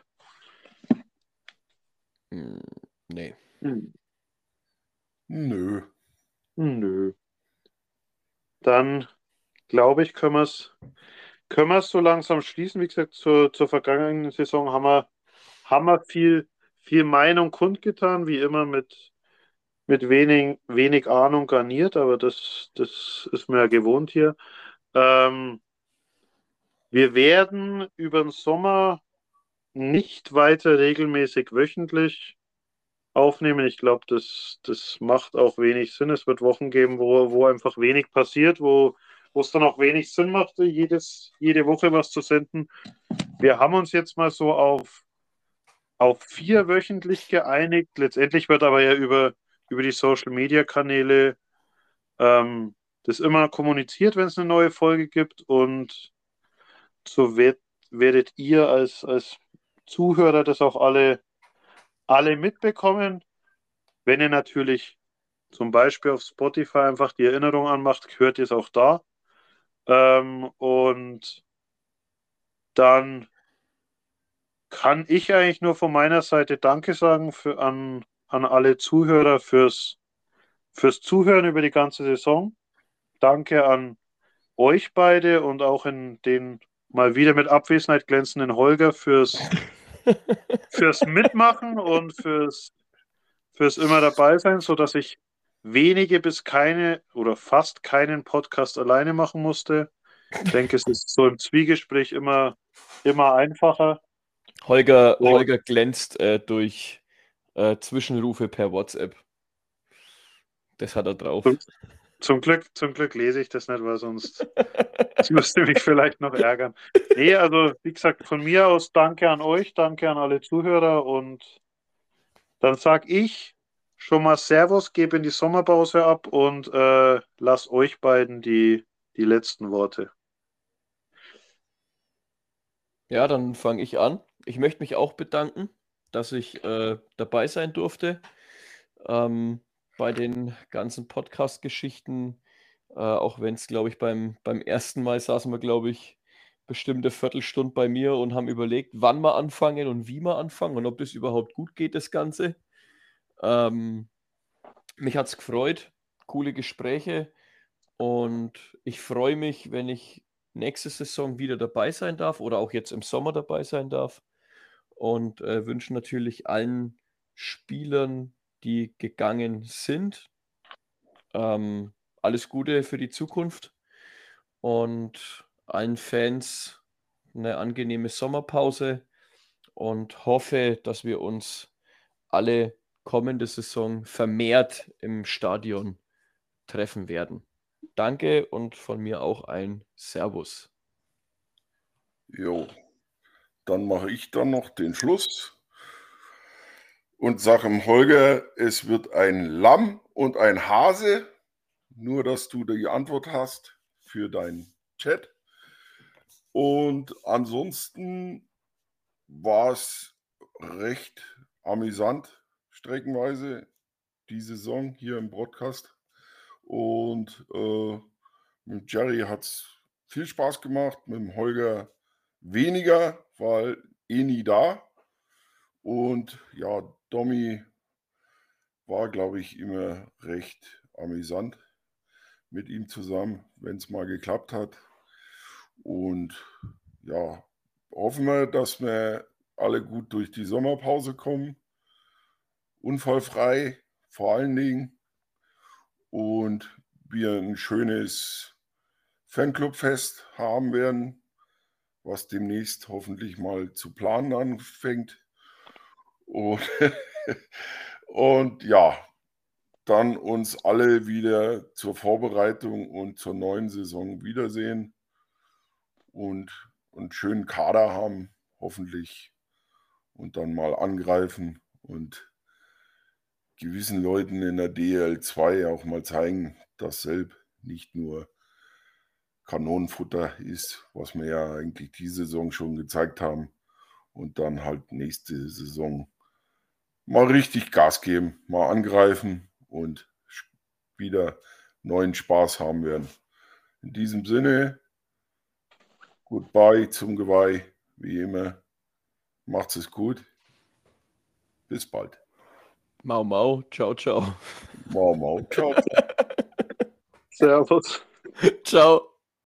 Nee. Nö. Nö. Dann glaube ich, können wir es so langsam schließen. Wie gesagt, zur vergangenen Saison haben wir viel Meinung kundgetan, wie immer mit wenig Ahnung garniert, aber das ist mir ja gewohnt hier. Ähm, Wir werden über den Sommer nicht weiter regelmäßig wöchentlich aufnehmen. Ich glaube, das macht auch wenig Sinn. Es wird Wochen geben, wo einfach wenig passiert, wo es dann auch wenig Sinn macht, jede Woche was zu senden. Wir haben uns jetzt mal so auf 4 wöchentlich geeinigt. Letztendlich wird aber ja über die Social-Media-Kanäle das immer kommuniziert, wenn es eine neue Folge gibt. Und so werdet ihr als Zuhörer das auch alle mitbekommen. Wenn ihr natürlich zum Beispiel auf Spotify einfach die Erinnerung anmacht, hört ihr es auch da. Und dann kann ich eigentlich nur von meiner Seite Danke sagen an alle Zuhörer fürs Zuhören über die ganze Saison. Danke an euch beide und auch in den mal wieder mit Abwesenheit glänzenden Holger fürs Mitmachen und fürs immer dabei sein, sodass ich wenige bis keine oder fast keinen Podcast alleine machen musste. Ich denke, es ist so im Zwiegespräch immer einfacher. Holger glänzt durch Zwischenrufe per WhatsApp. Das hat er drauf. Zum Glück lese ich das nicht, weil sonst das müsste mich vielleicht noch ärgern. Nee, also wie gesagt, von mir aus danke an euch, danke an alle Zuhörer und dann sage ich schon mal Servus, gebe in die Sommerpause ab und lass euch beiden die letzten Worte. Ja, dann fange ich an. Ich möchte mich auch bedanken, dass ich dabei sein durfte bei den ganzen Podcast-Geschichten. Auch wenn es, glaube ich, beim ersten Mal saßen wir, glaube ich, bestimmte Viertelstunde bei mir und haben überlegt, wann wir anfangen und wie wir anfangen und ob das überhaupt gut geht, das Ganze. Mich hat es gefreut, coole Gespräche und ich freue mich, wenn ich nächste Saison wieder dabei sein darf oder auch jetzt im Sommer dabei sein darf und wünsche natürlich allen Spielern, die gegangen sind, alles Gute für die Zukunft und allen Fans eine angenehme Sommerpause und hoffe, dass wir uns alle kommende Saison vermehrt im Stadion treffen werden. Danke und von mir auch ein Servus. Jo, dann mache ich dann noch den Schluss und sage dem Holger, es wird ein Lamm und ein Hase, nur dass du die Antwort hast für deinen Chat. Und ansonsten war es recht amüsant, streckenweise, die Saison hier im Podcast. Und mit Jerry hat es viel Spaß gemacht, mit dem Holger weniger, weil nie da. Und ja, Domi war, glaube ich, immer recht amüsant mit ihm zusammen, wenn es mal geklappt hat. Und ja, hoffen wir, dass wir alle gut durch die Sommerpause kommen. Unfallfrei vor allen Dingen. Und wir ein schönes Fanclubfest haben werden, was demnächst hoffentlich mal zu planen anfängt. Und, und ja, dann uns alle wieder zur Vorbereitung und zur neuen Saison wiedersehen und einen schönen Kader haben, hoffentlich, und dann mal angreifen und gewissen Leuten in der DL2 auch mal zeigen, dass Selb nicht nur Kanonenfutter ist, was wir ja eigentlich diese Saison schon gezeigt haben und dann halt nächste Saison mal richtig Gas geben, mal angreifen und wieder neuen Spaß haben werden. In diesem Sinne, goodbye zum Geweih, wie immer. Macht's es gut. Bis bald. Mau, mau. Ciao, ciao. Mau, mau. Ciao. Servus. Ciao.